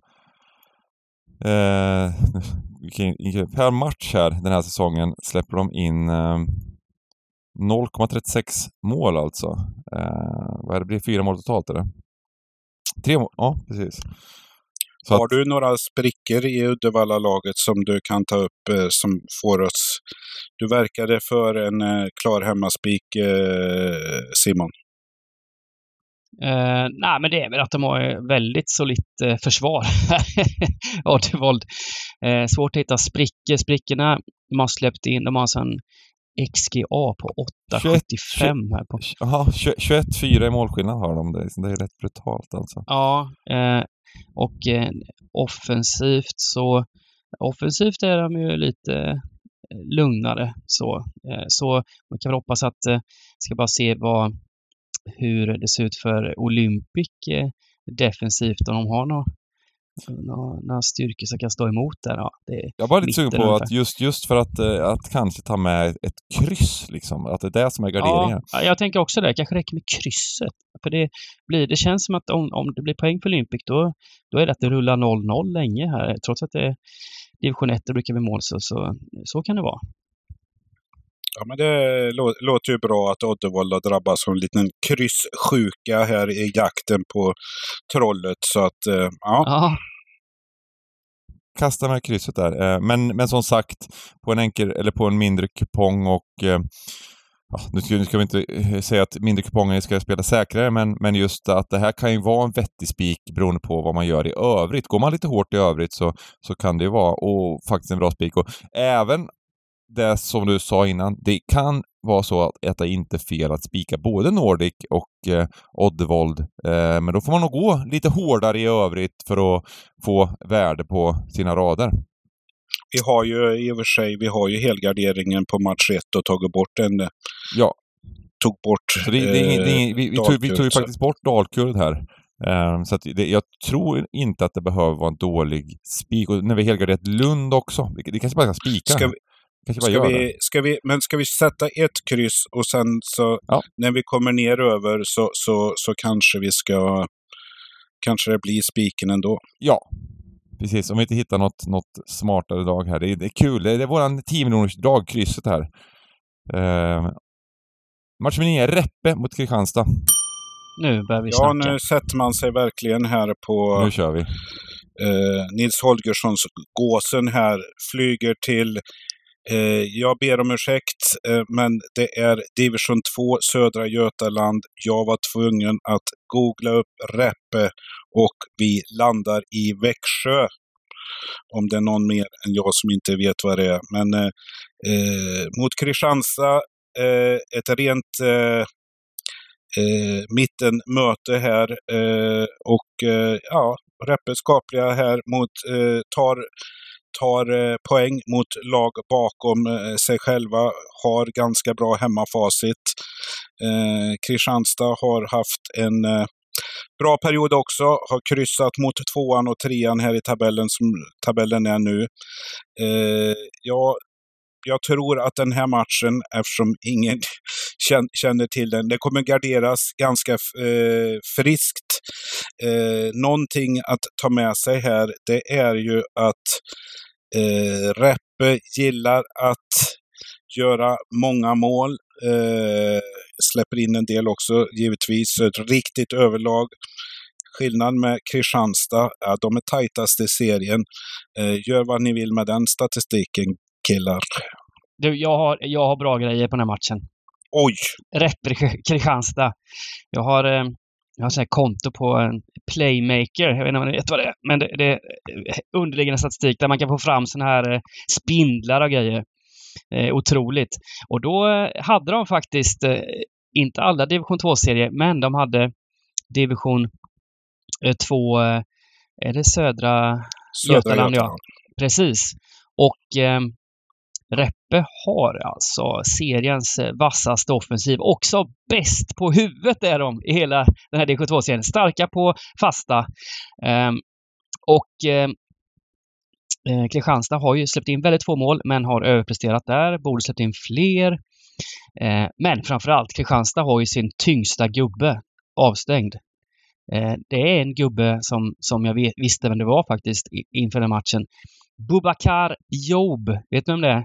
eh, per match här den här säsongen släpper de in eh, noll komma trettiosex mål alltså. Eh, vad är det? Blir fyra mål totalt eller? Tre mål, ja precis. Så har att, du några sprickor i Uddevalla-laget som du kan ta upp eh, som får oss... Du verkade för en eh, klar hemmaspik, eh, Simon. Uh, nej, men det är väl att de har väldigt solitt uh, försvar. Oddevold. Uh, svårt att hitta sprickor. Sprickorna de har släppt in, de har alltså en X G A på åtta komma sjuttiofem här på. Jaha, tjugoett fyra i målskillnad har de. Det, det är rätt brutalt alltså. Ja, uh, och uh, offensivt så offensivt är de ju lite uh, lugnare så. Uh, så man kan väl hoppas att uh, ska bara se vad hur det ser ut för Olympic eh, defensivt, om de har några, några, några styrkor som kan stå emot där. Ja, det jag var lite sugen på ungefär. att just, just för att, att kanske ta med ett kryss liksom, att det är det som är garderingen. Ja, jag tänker också det. Kanske räcker med krysset. För det, blir, det känns som att om, om det blir poäng för Olympic då, då är det att det rullar noll noll länge här. Trots att det är division ett och brukar bli mål så, så, så kan det vara. Ja, men det låter ju bra att Oddevold har drabbats av en liten krysssjuka här i jakten på trollet. Så att, ja. ja. Kasta med krysset där. Men, men som sagt, på en enkel eller på en mindre kupong och ja, nu, ska, nu ska vi inte säga att mindre kuponger ska spela säkrare, men, men just att det här kan ju vara en vettig spik beroende på vad man gör i övrigt. Går man lite hårt i övrigt så, så kan det ju vara och faktiskt en bra spik. Och även det som du sa innan, det kan vara så att det är inte fel att spika både Nordic och eh, Oddevold. Eh, men då får man nog gå lite hårdare i övrigt för att få värde på sina rader. Vi har ju i och för sig, vi har ju helgarderingen på match ett och tagit bort den. Ja. Tog bort så det, det är ingen, det är ingen, vi, vi, tog, vi tog ju faktiskt bort Dalkurd här. Um, så att det, jag tror inte att det behöver vara en dålig spik. Och när vi helgarderat Lund också, det, det kanske bara kan spika. Ska vi, Ska vi, ska vi, men ska vi sätta ett kryss och sen så ja. När vi kommer ner över så, så, så kanske vi ska kanske det blir spiken ändå. Ja, precis. Om vi inte hittar något, något smartare dag här. Det är, det är kul. Det är, det är våran tio miljoners dag, krysset här. Uh, match med nio, Reppe mot Kristianstad. Nu börjar vi ja, snacka. Nu sätter man sig verkligen här på... Nu kör vi. eh, Nils Holgerssons Gåsen här flyger till, eh, jag ber om ursäkt, eh, men det är division två södra Götaland. Jag var tvungen att googla upp Räppe och vi landar i Växjö. Om det är någon mer än jag som inte vet vad det är. Men eh, eh, mot Kristianstad, eh, ett rent eh, eh, mittenmöte här. Eh, och eh, ja, Räppe skapliga här mot, eh, tar, tar eh, poäng mot lag bakom eh, sig själva. Har ganska bra hemmafacit. Eh, Kristianstad har haft en eh, bra period också, har kryssat mot tvåan och trean här i tabellen som tabellen är nu. Eh, ja, jag tror att den här matchen, eftersom ingen känner till den, det kommer garderas ganska eh, friskt. Eh, någonting att ta med sig här, det är ju att eh, Räppe gillar att göra många mål. Eh, släpper in en del också, givetvis. Ett riktigt överlag. Skillnad med Kristianstad, ja, de är tajtast i serien. Eh, gör vad ni vill med den statistiken, killar. Du, jag har, jag har bra grejer på den här matchen. Oj! Rätt Kristianstad. Jag har, eh, jag har så här konto på en Playmaker. Jag vet inte om ni vet vad det är. Men det, det är underliggande statistik där man kan få fram såna här eh, spindlar och grejer. Eh, otroligt. Och då eh, hade de faktiskt eh, inte alla division två-serier, men de hade division eh, två, eh, är det södra, södra Götaland, ja. Precis. Och eh, Räppe har alltså seriens eh, vassaste offensiv. Också bäst på huvudet är de i hela den här division två-serien. Starka på fasta. Eh, och eh, Eh, Kristianstad har ju släppt in väldigt få mål, men har överpresterat där. Borde släppt in fler. Eh, men framförallt, Kristianstad har ju sin tyngsta gubbe avstängd. Eh, det är en gubbe som, som jag vet, visste vem det var faktiskt inför den matchen. Bubakar Job. Vet du vem det är?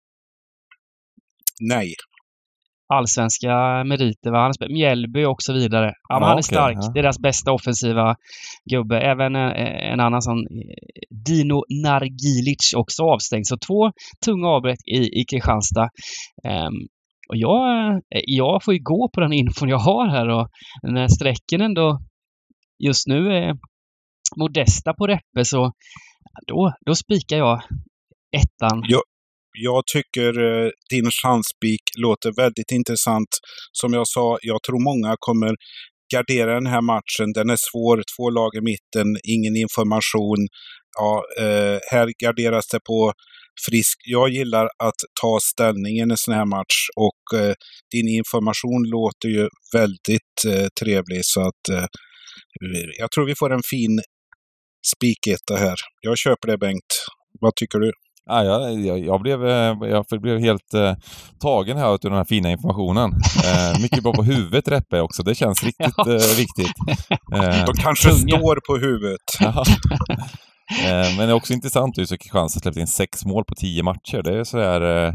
Nej. Allsvenska meriter, va? Han spelar Mjällby och så vidare. Ja, men ja, han är okay, stark. Ja. Det är deras bästa offensiva gubbe. Även en, en annan som Dino Nargilic också avstängd. Så två tunga avbräck i, i Kristianstad. Um, och jag, jag får ju gå på den infon jag har här. Och när sträcken ändå just nu är modesta på Räppe, så då, då spikar jag ettan. Jo. Jag tycker eh, din chansspik låter väldigt intressant. Som jag sa, jag tror många kommer gardera den här matchen. Den är svår, två lag i mitten, ingen information. Ja, eh, här garderas det på frisk. Jag gillar att ta ställningen i en sån här match. Och eh, din information låter ju väldigt eh, trevlig. Så att eh, jag tror vi får en fin spiketta här. Jag köper det, Bengt. Vad tycker du? Ja, jag, jag, jag, blev, jag blev helt eh, tagen här av den här fina informationen. Eh, mycket bra på huvudet, Räppe också. Det känns riktigt ja. eh, viktigt. Eh, De kanske tunga. står på huvudet. Ja. Eh, men det är också intressant att Kristianstad släppte in sex mål på tio matcher. Det är så här eh,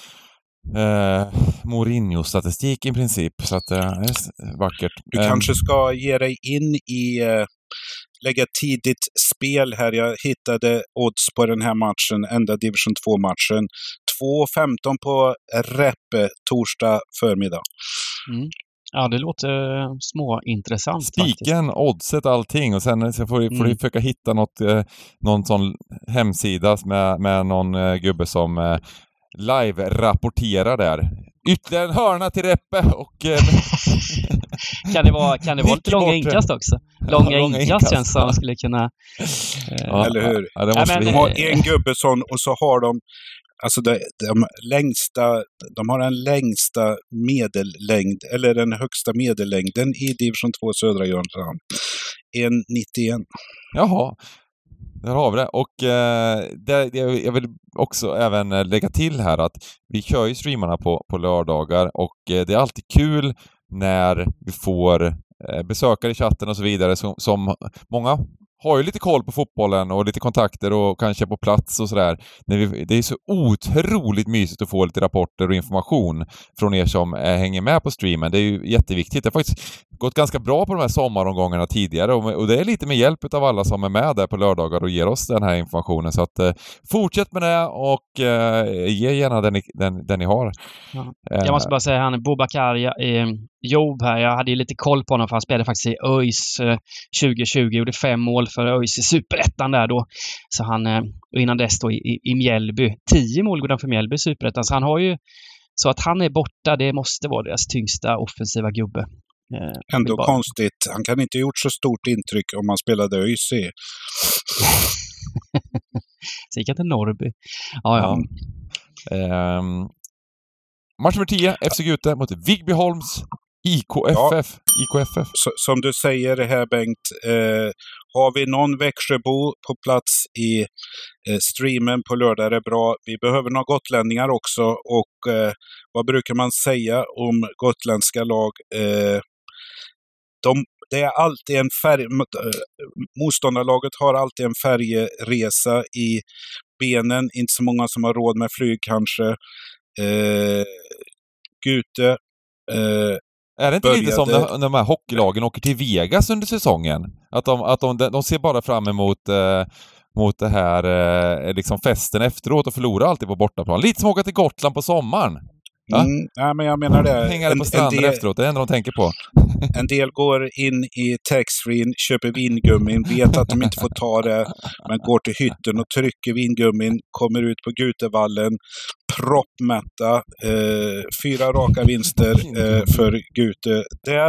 eh, Mourinho-statistik i princip. Så att det eh, är vackert. Du eh, kanske ska ge dig in i... Eh... lägga ett tidigt spel här. Jag hittade odds på den här matchen, enda division två-matchen. två femton på Räppe torsdag förmiddag. Mm. Ja, det låter småintressant. Spiken, faktiskt. Oddset, allting. Och sen så får du mm. får försöka hitta något, eh, någon sån hemsida med, med någon eh, gubbe som eh, live-rapporterar där. Ytterligare en hörna till Räppe och... Eh, kan det vara, kan det vara lite långa inkast också? Långa, ja, långa inkast, inkast känns som man skulle kunna... Eh, ja, eller hur? Ja, det måste ja, men, de har en gubbe sån och så har de... Alltså de, de längsta... De har den längsta medellängd, eller den högsta medellängden i division två södra Götaland. en nittioen. Jaha. Där har vi det. Och eh, det, jag vill också även lägga till här att vi kör ju streamarna på, på lördagar och eh, det är alltid kul när vi får eh, besökare i chatten och så vidare som, som många har ju lite koll på fotbollen och lite kontakter och kanske på plats och sådär. Det är så otroligt mysigt att få lite rapporter och information från er som äh, hänger med på streamen. Det är ju jätteviktigt. Det har faktiskt gått ganska bra på de här sommaromgångarna tidigare och, och det är lite med hjälp av alla som är med där på lördagar och ger oss den här informationen. Så att äh, fortsätt med det och äh, ge gärna den, den, den ni har. Ja. Jag måste bara säga, han Boubacar eh, Job här, jag hade ju lite koll på honom för han spelade faktiskt i ÖIS eh, tjugo tjugo, gjorde fem mål för ÖIS i Superettan där då. Så han, eh, och innan dess då i, i Mjällby, tio mål gjorde han för Mjällby i Superettan. Så han har ju, så att han är borta, det måste vara deras tyngsta offensiva gubbe. Eh, Ändå bara... konstigt, han kan inte ha gjort så stort intryck om han spelade ÖIS i. Så gick han till Norrby. Ja, ja. ja. Um... Match nummer tio, F C Gute mot Vigbyholms I K F F. Ja. I K F F. Så, som du säger här Bengt, eh, har vi någon Växjöbo på plats i eh, streamen på lördag är det bra. Vi behöver några gotlänningar också och eh, vad brukar man säga om gotländska lag? Eh, de, det är alltid en färg, motståndarlaget har alltid en färjeresa i benen, inte så många som har råd med flyg kanske. Eh, Gute eh, är det inte började... lite som när de här hockeylagen åker till Vegas under säsongen? Att de, att de, de ser bara fram emot eh, mot det här eh, liksom festen efteråt och förlorar alltid på bortaplan. Lite som att åka till Gotland på sommaren. Ja? Mm, ja, men jag menar det. Hängare på stranden del, efteråt, det är det enda de tänker på. En del går in i taxfree, köper vingummin, vet att de inte får ta det, men går till hytten och trycker vingummin, kommer ut på Gutevallen, proppmätta, eh, fyra raka vinster eh, för Gute där.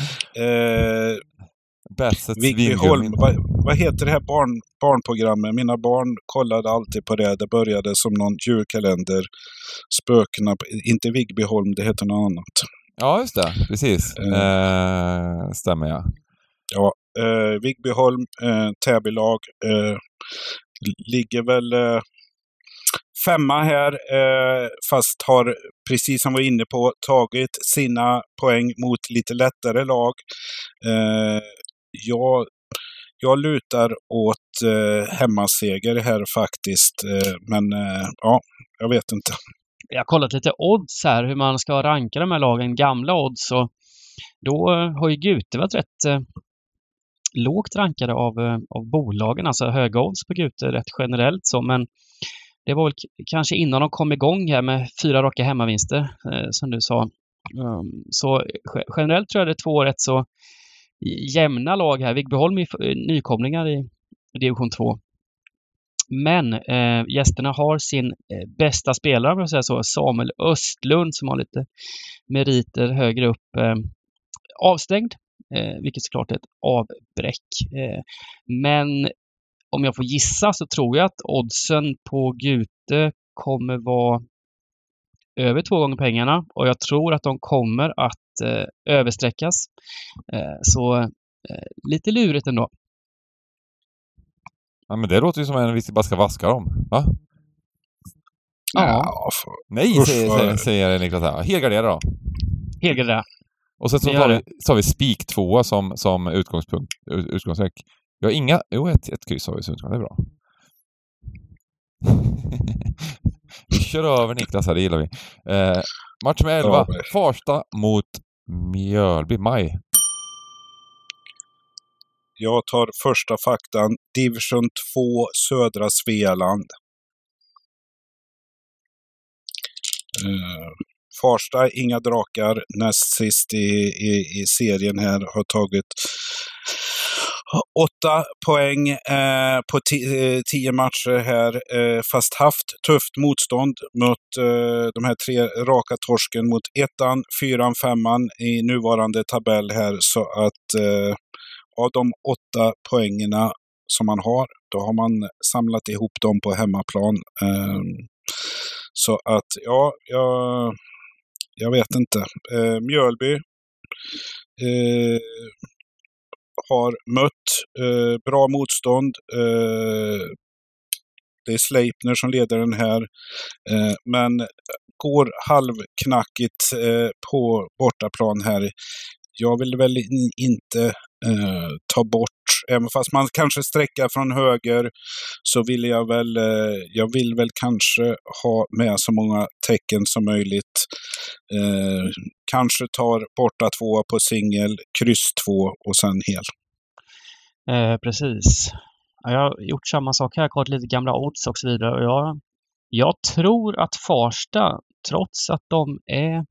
Eh, Vigbyholm, vad, vad heter det här barn, barnprogrammet? Mina barn kollade alltid på det. Det började som någon julkalender. Spökena, inte Vigbyholm, det heter något annat. Ja, just det. Precis. Uh, uh, stämmer jag. Ja, uh, Vigbyholm, uh, Täbylag, uh, ligger väl uh, femma här, uh, fast har, precis som vi var inne på, tagit sina poäng mot lite lättare lag. Uh, jag, jag lutar åt uh, hemmaseger här faktiskt, uh, men uh, ja, jag vet inte. Jag har kollat lite odds här, hur man ska ranka de här lagen, gamla odds, och då har ju Gute varit rätt eh, lågt rankade av, eh, av bolagen, alltså höga odds på Gute rätt generellt så, men det var väl k- kanske innan de kom igång här med fyra raka hemmavinster eh, som du sa. Um, så g- generellt tror jag det är två rätt så jämna lag här. Vigbyholm är nykomlingar i division två. Men eh, gästerna har sin eh, bästa spelare, om jag säger så, Samuel Östlund, som har lite meriter högre upp, eh, avstängd, eh, vilket såklart är ett avbräck. Eh, men om jag får gissa så tror jag att oddsen på Gute kommer vara över två gånger pengarna, och jag tror att de kommer att eh, översträckas. Eh, så eh, lite lurigt ändå. Ja, men det låter ju som en vi bara ska vaska dem, va? Ja. Nej, säger, säger, säger Niklas här. Helgardera då. Helgardera. Och sen så tar vi, så har vi spik tvåa som, som utgångspunkt, utgångsväck. Jag har inga, jo ett, ett kryss har vi, så det är bra. Vi kör över Niklas här, det gillar vi. Eh, match med elva, Farsta mot Mjölby, maj. Jag tar första faktan. Division två, södra Svealand. Uh, Farsta, inga drakar. Näst sist i, i, i serien här har tagit åtta poäng eh, på t- tio matcher här. Eh, fast haft tufft motstånd mot eh, de här tre raka torsken mot ettan, fyran, femman i nuvarande tabell här. Så att eh, av de åtta poängerna som man har, då har man samlat ihop dem på hemmaplan. Um, så att, ja, jag, jag vet inte. Uh, Mjölby uh, har mött uh, bra motstånd. Uh, det är Sleipner som leder den här. Uh, men går halvknackigt uh, på bortaplan här. jag vill väl in, inte eh, ta bort, även fast man kanske sträcker från höger, så vill jag väl, eh, jag vill väl kanske ha med så många tecken som möjligt. Eh, kanske tar borta två på singel, kryss två och sen hel. Eh, precis. Jag har gjort samma sak här, kollat lite gamla odds och så vidare. Och jag, jag tror att Farsta, trots att de är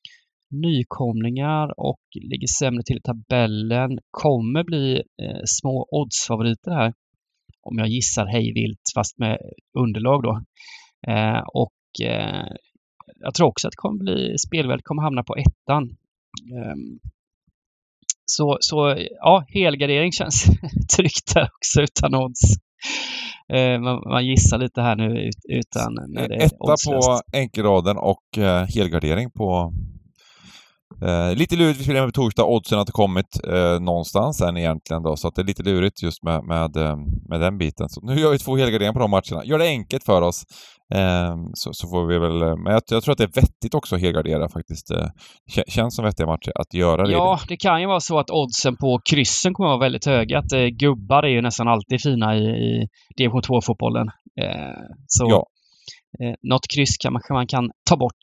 nykomlingar och ligger sämre till i tabellen, kommer bli eh, små oddsfavoriter här. Om jag gissar hejvilt, fast med underlag då. Eh, och eh, jag tror också att det kommer bli spelvärdet kommer hamna på ettan. Eh, så, så ja, helgardering känns tryggt där också utan odds. Eh, man, man gissar lite här nu ut, utan när det är etta oddslöst. på enkelraden och eh, helgardering på Eh, lite lurigt, vi spelar med på torsdag, oddsen att det kommit eh, någonstans än egentligen då, så att det är lite lurigt just med, med, med den biten. Så nu gör vi två helgarderingar på de matcherna. Gör det enkelt för oss, eh, så, så får vi väl, men jag, jag tror att det är vettigt också att helgardera faktiskt. Eh, känns som vettiga matcher att göra det. Ja, det kan ju vara så att oddsen på kryssen kommer att vara väldigt höga. Att eh, gubbar är ju nästan alltid fina i, i division två-fotbollen. Eh, så ja. eh, något kryss kan man, man kan ta bort.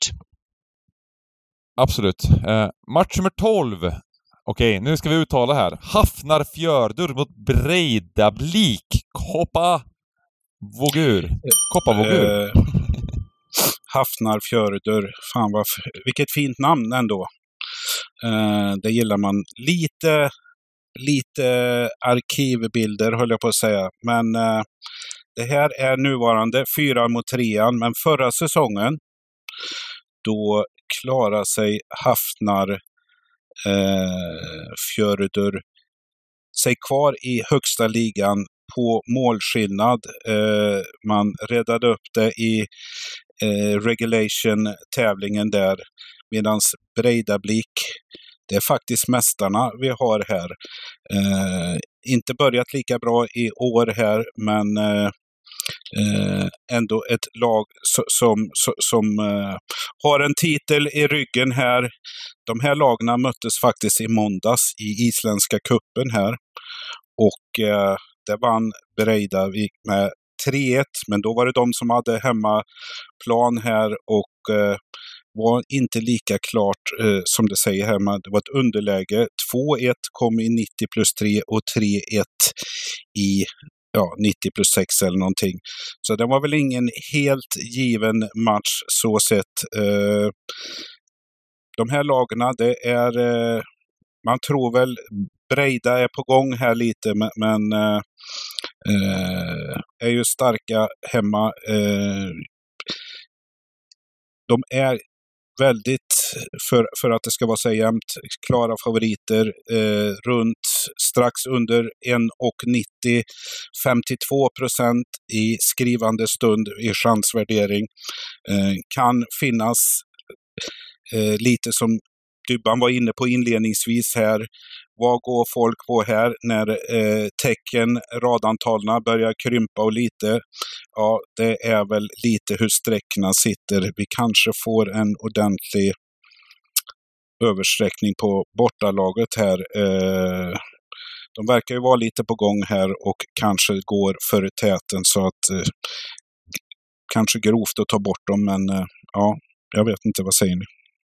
Absolut. Eh, match nummer tolv. Okej, nu ska vi uttala här. Hafnarfjördur mot Breidablik. Koppa Vogur. Koppa Vogur. Eh, Hafnarfjördur. Fan vad, vilket fint namn ändå. Eh, det gillar man. Lite, lite arkivbilder höll jag på att säga. Men eh, det här är nuvarande fyra mot trean. Men förra säsongen då klarar sig Hafnar eh, Fjördur sig kvar i högsta ligan på målskillnad. Eh, man räddade upp det i eh, regulation-tävlingen där, medan Breidablik, det är faktiskt mästarna vi har här. Eh, inte börjat lika bra i år här, men eh, Eh, ändå ett lag som, som, som eh, har en titel i ryggen här. De här lagna möttes faktiskt i måndags i isländska kuppen här. Och eh, det vann Breidablik med tre ett. Men då var det de som hade hemmaplan här och eh, var inte lika klart eh, som det säger här. Men det var ett underläge. två ett kom i nittio plus tre och tre ett i ja, nittio plus sex eller någonting. Så det var väl ingen helt given match så sett. Eh, de här lagarna, det är eh, man tror väl Breida är på gång här lite, men, men eh, är ju starka hemma. Eh, de är väldigt, för, för att det ska vara så jämnt, klara favoriter eh, runt strax under en komma nittio, femtiotvå procent i skrivande stund i chansvärdering. Eh, kan finnas eh, lite som Dybban var inne på inledningsvis här. Vad går folk på här när eh, tecken, radantalna börjar krympa och lite? Ja, det är väl lite hur sträckorna sitter. Vi kanske får en ordentlig översträckning på bortalaget här. Eh, de verkar ju vara lite på gång här och kanske går för täten, så att eh, kanske grovt att ta bort dem, men eh, ja, jag vet inte, vad säger ni?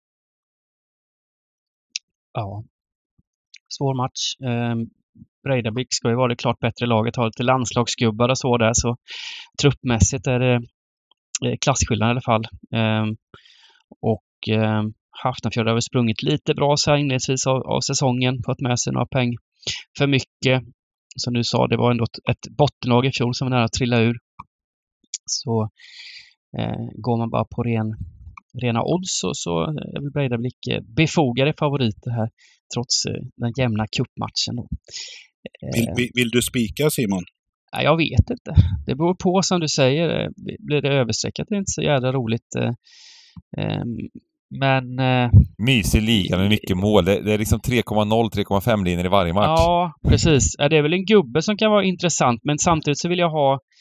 Ja, svår match. Eh, Breidablik ska ju vara det klart bättre laget, har lite landslagsgubbar och så där, så truppmässigt är det eh, klasskillnad i alla fall. Eh, och eh, Hafnarfjörd har väl sprungit lite bra så här inledningsvis av, av säsongen, fått med sig några poäng för mycket. Som du sa, det var ändå ett, ett bottenlag i fjol som var nära att trilla ur. Så eh, går man bara på ren rena odds, så, så är väl Breidablik befogade favoriter här trots eh, den jämna cupmatchen då. Eh, vill, vill, vill du spika, Simon? Ja, jag vet inte. Det beror på, som du säger. Blir det översträckat, det är inte så jävla roligt. Eh, eh, men... Eh, Mysig liga med mycket mål. Det, det är liksom tre komma noll till tre komma fem linjer i varje match. Ja, precis. Det är väl en gubbe som kan vara intressant, men samtidigt så vill jag ha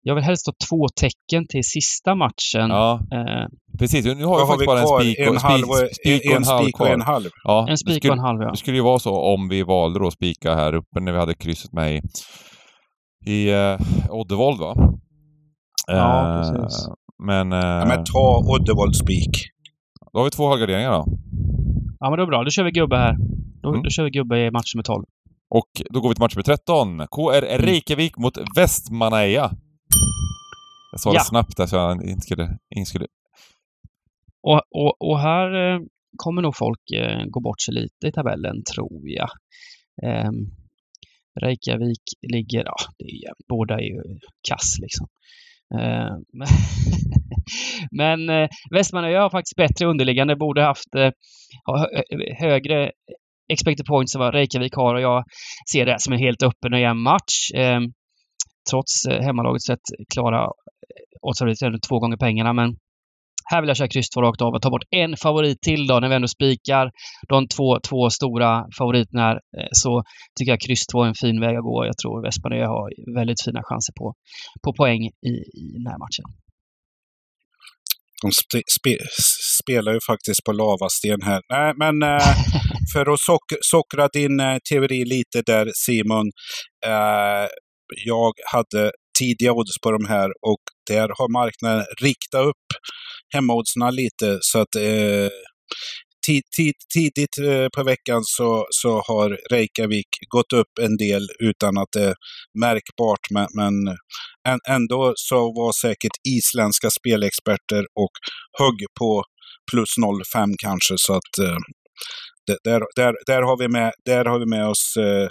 Jag vill helst ha två tecken till sista matchen. Ja, eh, precis. Nu har vi Vad faktiskt har vi bara kvar? en spik och En en halv spik, och- spik och en, en halv spik och kvar. en halv. Ja, en spik det skulle, och en halv, ja. Det skulle ju vara så om vi valde att spika här uppe när vi hade krysset med i, i uh, Oddevold, va? Ja, Eh, precis. Men, uh, Ja, men ta Oddevold spik. då har vi två halvgarderingar då. Ja, men det är bra. Då kör vi gubbe här. Då, Mm. då kör vi gubbe i match nummer tolv. Och då går vi till match nummer tretton. K R Reykjavik mot Västmannaeyja. Jag sa Ja. det snabbt där så jag inte skulle... Inte skulle... Och, och, och här eh, kommer nog folk eh, gå bort sig lite i tabellen, tror jag. Eh, Reykjavik ligger... Ja, det är, båda är ju kass liksom. Eh, men men eh, Västmannaeyja har faktiskt bättre underliggande. Borde haft eh, ha högre expected points än vad Reykjavik har. Och jag ser det som en helt öppen och jämn match. Eh, trots eh, hemmalaget sett klara oddsfavoriter två gånger pengarna. Men här vill jag köra kryss två rakt av och ta bort en favorit till då när vi ändå spikar de två, två stora favoriterna här, så tycker jag kryss två är en fin väg att gå. Jag tror Västmannaeyja har väldigt fina chanser på, på poäng i, i den här matchen. De spe, spe, spelar ju faktiskt på lavasten här. Nej, men eh, för att sock, sockra din eh, teori lite där, Simon. Eh, jag hade tidiga odds på de här och där har marknaden riktat upp hemmaoddsna lite, så att eh, tid, tid, tidigt eh, på veckan så, så har Reykjavik gått upp en del utan att det är märkbart, men, men ändå så var säkert isländska spelexperter och högg på plus noll komma fem kanske, så att eh, där, där, där, har vi med, där har vi med oss eh,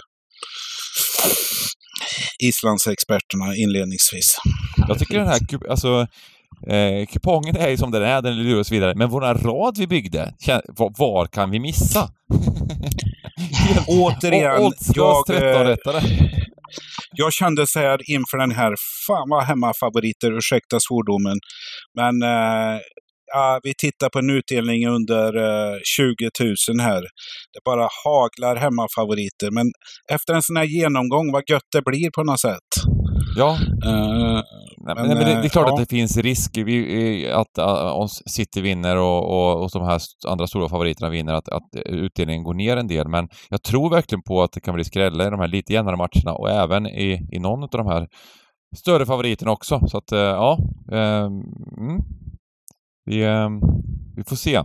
Islandsexperterna inledningsvis. Jag tycker den här, alltså, eh, kupongen är ju som den är, den lurar oss vidare. Men våran rad vi byggde, var, var kan vi missa? Återigen, jag, jag, jag kände så här inför den här, fan vad hemmafavoriter, ursäkta svordomen. Men eh, ja, vi tittar på en utdelning under eh, tjugo tusen här. Det bara haglar hemmafavoriter. Men efter en sån här genomgång, vad gött det blir på något sätt. Ja, uh, nej, men, men det, det är klart ja. att det finns risk vi, att, att om City vinner och, och, och de här andra stora favoriterna vinner, att, att utdelningen går ner en del. Men jag tror verkligen på att det kan bli skrälla i de här lite jämnare matcherna och även i, i någon av de här större favoriterna också. Så att, ja, eh, mm, vi, eh, vi får se.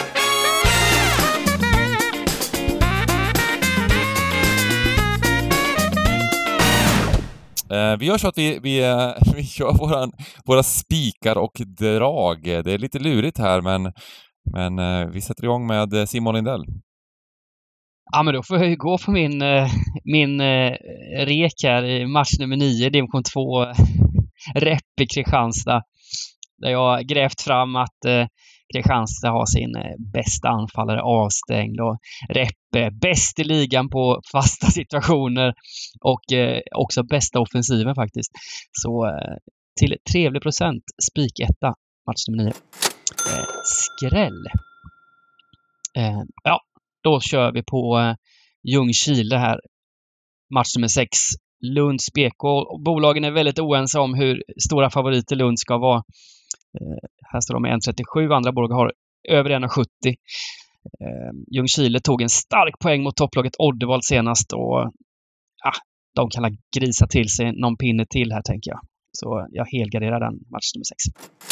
Eh, vi gör så att vi, vi, eh, vi kör våran, våra spikar och drag. Det är lite lurigt här, men, men eh, vi sätter igång med Simon Lindell. Ja, men då får jag ju gå på min, min rek här i match nummer nio, division två, Rep i Kristianstad. Där jag grävt fram att eh, Kristianstad har sin eh, bästa anfallare avstängd och Reppe bäst i ligan på fasta situationer och eh, också bästa offensiven faktiskt. Så eh, till trevlig procent, spik etta, match nummer nio. Eh, skräll. Eh, ja, då kör vi på eh, Ljungskile här, match nummer sex. Lunds B K. Bolagen är väldigt oense om hur stora favoriter Lund ska vara. Eh, här står de med en komma trettiosju, andra bolag har över en komma sjuttio. Eh, Ljungskile tog en stark poäng mot topplaget Oddevold senast och ah, de kan grisa till sig någon pinne till här, tänker jag. Så jag helgarderar den match nummer sex.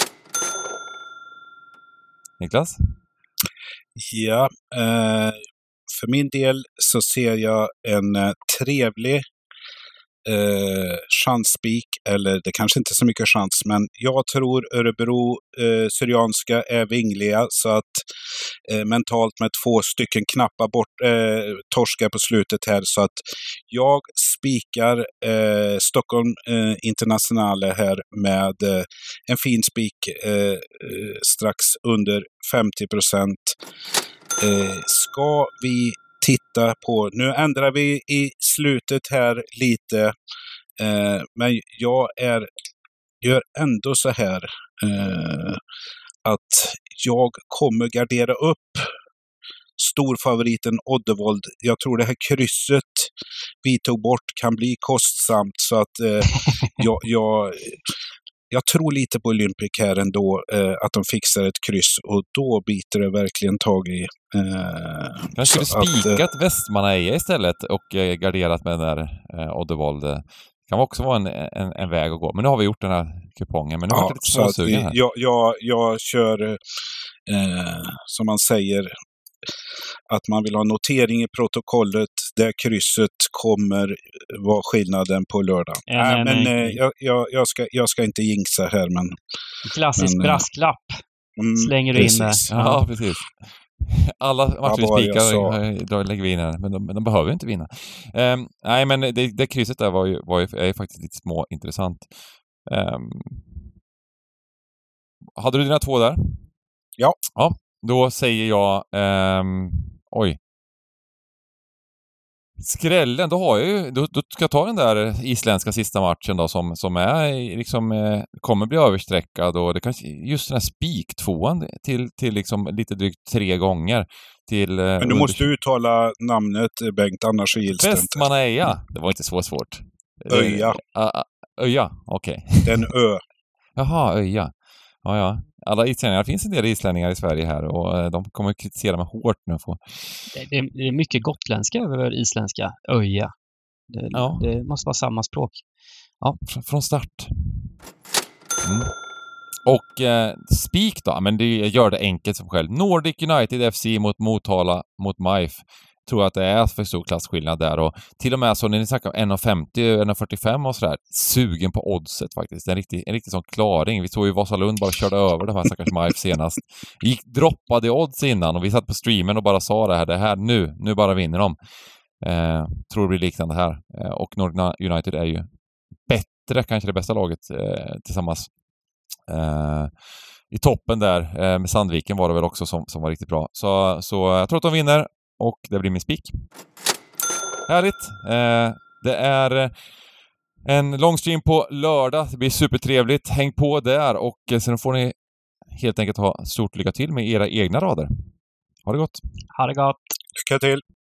Niklas? Ja, eh, för min del så ser jag en eh, trevlig Eh, chansspik, eller det kanske inte är så mycket chans, men jag tror Örebro eh, Syrianska är vingliga, så att eh, mentalt med två stycken knappa bort eh, torskar på slutet här, så att jag spikar eh, Stockholm eh, Internationale här med eh, en fin spik eh, strax under femtio procent. Eh, ska vi titta på, nu ändrar vi i slutet här lite, eh, men jag är, gör ändå så här eh, att jag kommer gardera upp storfavoriten Oddevold. Jag tror det här krysset vi tog bort kan bli kostsamt, så att eh, jag, jag jag tror lite på Olympic här ändå, eh, att de fixar ett kryss och då biter det verkligen tag i. Eh, Kanske skulle att, spikat eh, Västmannaeja istället och eh, garderat med den där eh, Oddevold. Det kan också vara en, en, en väg att gå. Men nu har vi gjort den här kupongen, men nu ja, har jag lite småsugen här. Jag, jag, jag kör, eh, som man säger, att man vill ha notering i protokollet där krysset kommer vara skillnaden på lördag. En, Nej, en, men en, eh, jag, jag, jag, ska, jag ska inte jinxa här, men... Klassisk men, brasklapp. Mm, Slänger du in där. Ja, ja, precis. Alla matcher vi spikar då lägger vi in här, men de, men de behöver inte vinna. Um, nej, men det, det krysset där var ju, var ju, är ju faktiskt lite små intressant. Um, hade du dina två där? Ja. Ja, då säger jag... Um, oj. Skrällen, då har jag ju... Då, då ska jag ta den där isländska sista matchen då som, som är liksom... Eh, kommer bli översträckad och det kanske... Just den här spiktvåan till, till liksom lite drygt tre gånger. Till, eh, Men du under... måste uttala namnet, Bengt, annars gills det inte. Västmannaeja. Det var inte så svårt. Öja. Uh, Öja, okej. Okay. Det är en ö. Jaha, Öja. Ja, ja. Alla islänningar, det finns en del islänningar i Sverige här och de kommer att kritisera mig hårt nu. För... Det, det är mycket gotländska över isländska. Öja. Det, ja. det måste vara samma språk. Ja. Fr- från start. Mm. Och eh, spik då, men det gör det enkelt som själv. Nordic United F C mot Motala mot M I F. Tror att det är för stor klassskillnad där och till och med så när ni snackar om en femtio, en fyrtiofem och sådär, sugen på oddset faktiskt. En riktig, en riktig sån klaring. Vi såg ju Vasalund bara körde över de här stackars M I F senast. Gick droppade odds innan och vi satt på streamen och bara sa det här, det här nu, nu bara vinner de. Eh, tror det blir liknande här. Eh, och Nordic United är ju bättre, kanske det bästa laget eh, tillsammans. Eh, i toppen där eh, med Sandviken var det väl också som, som var riktigt bra. Så, så jag tror att de vinner. Och det blir min spik. Härligt. Eh, det är en långstream på lördag. Det blir supertrevligt. Häng på där och sen får ni helt enkelt ha stort lycka till med era egna rader. Ha det gott. Ha det gott. Lycka till.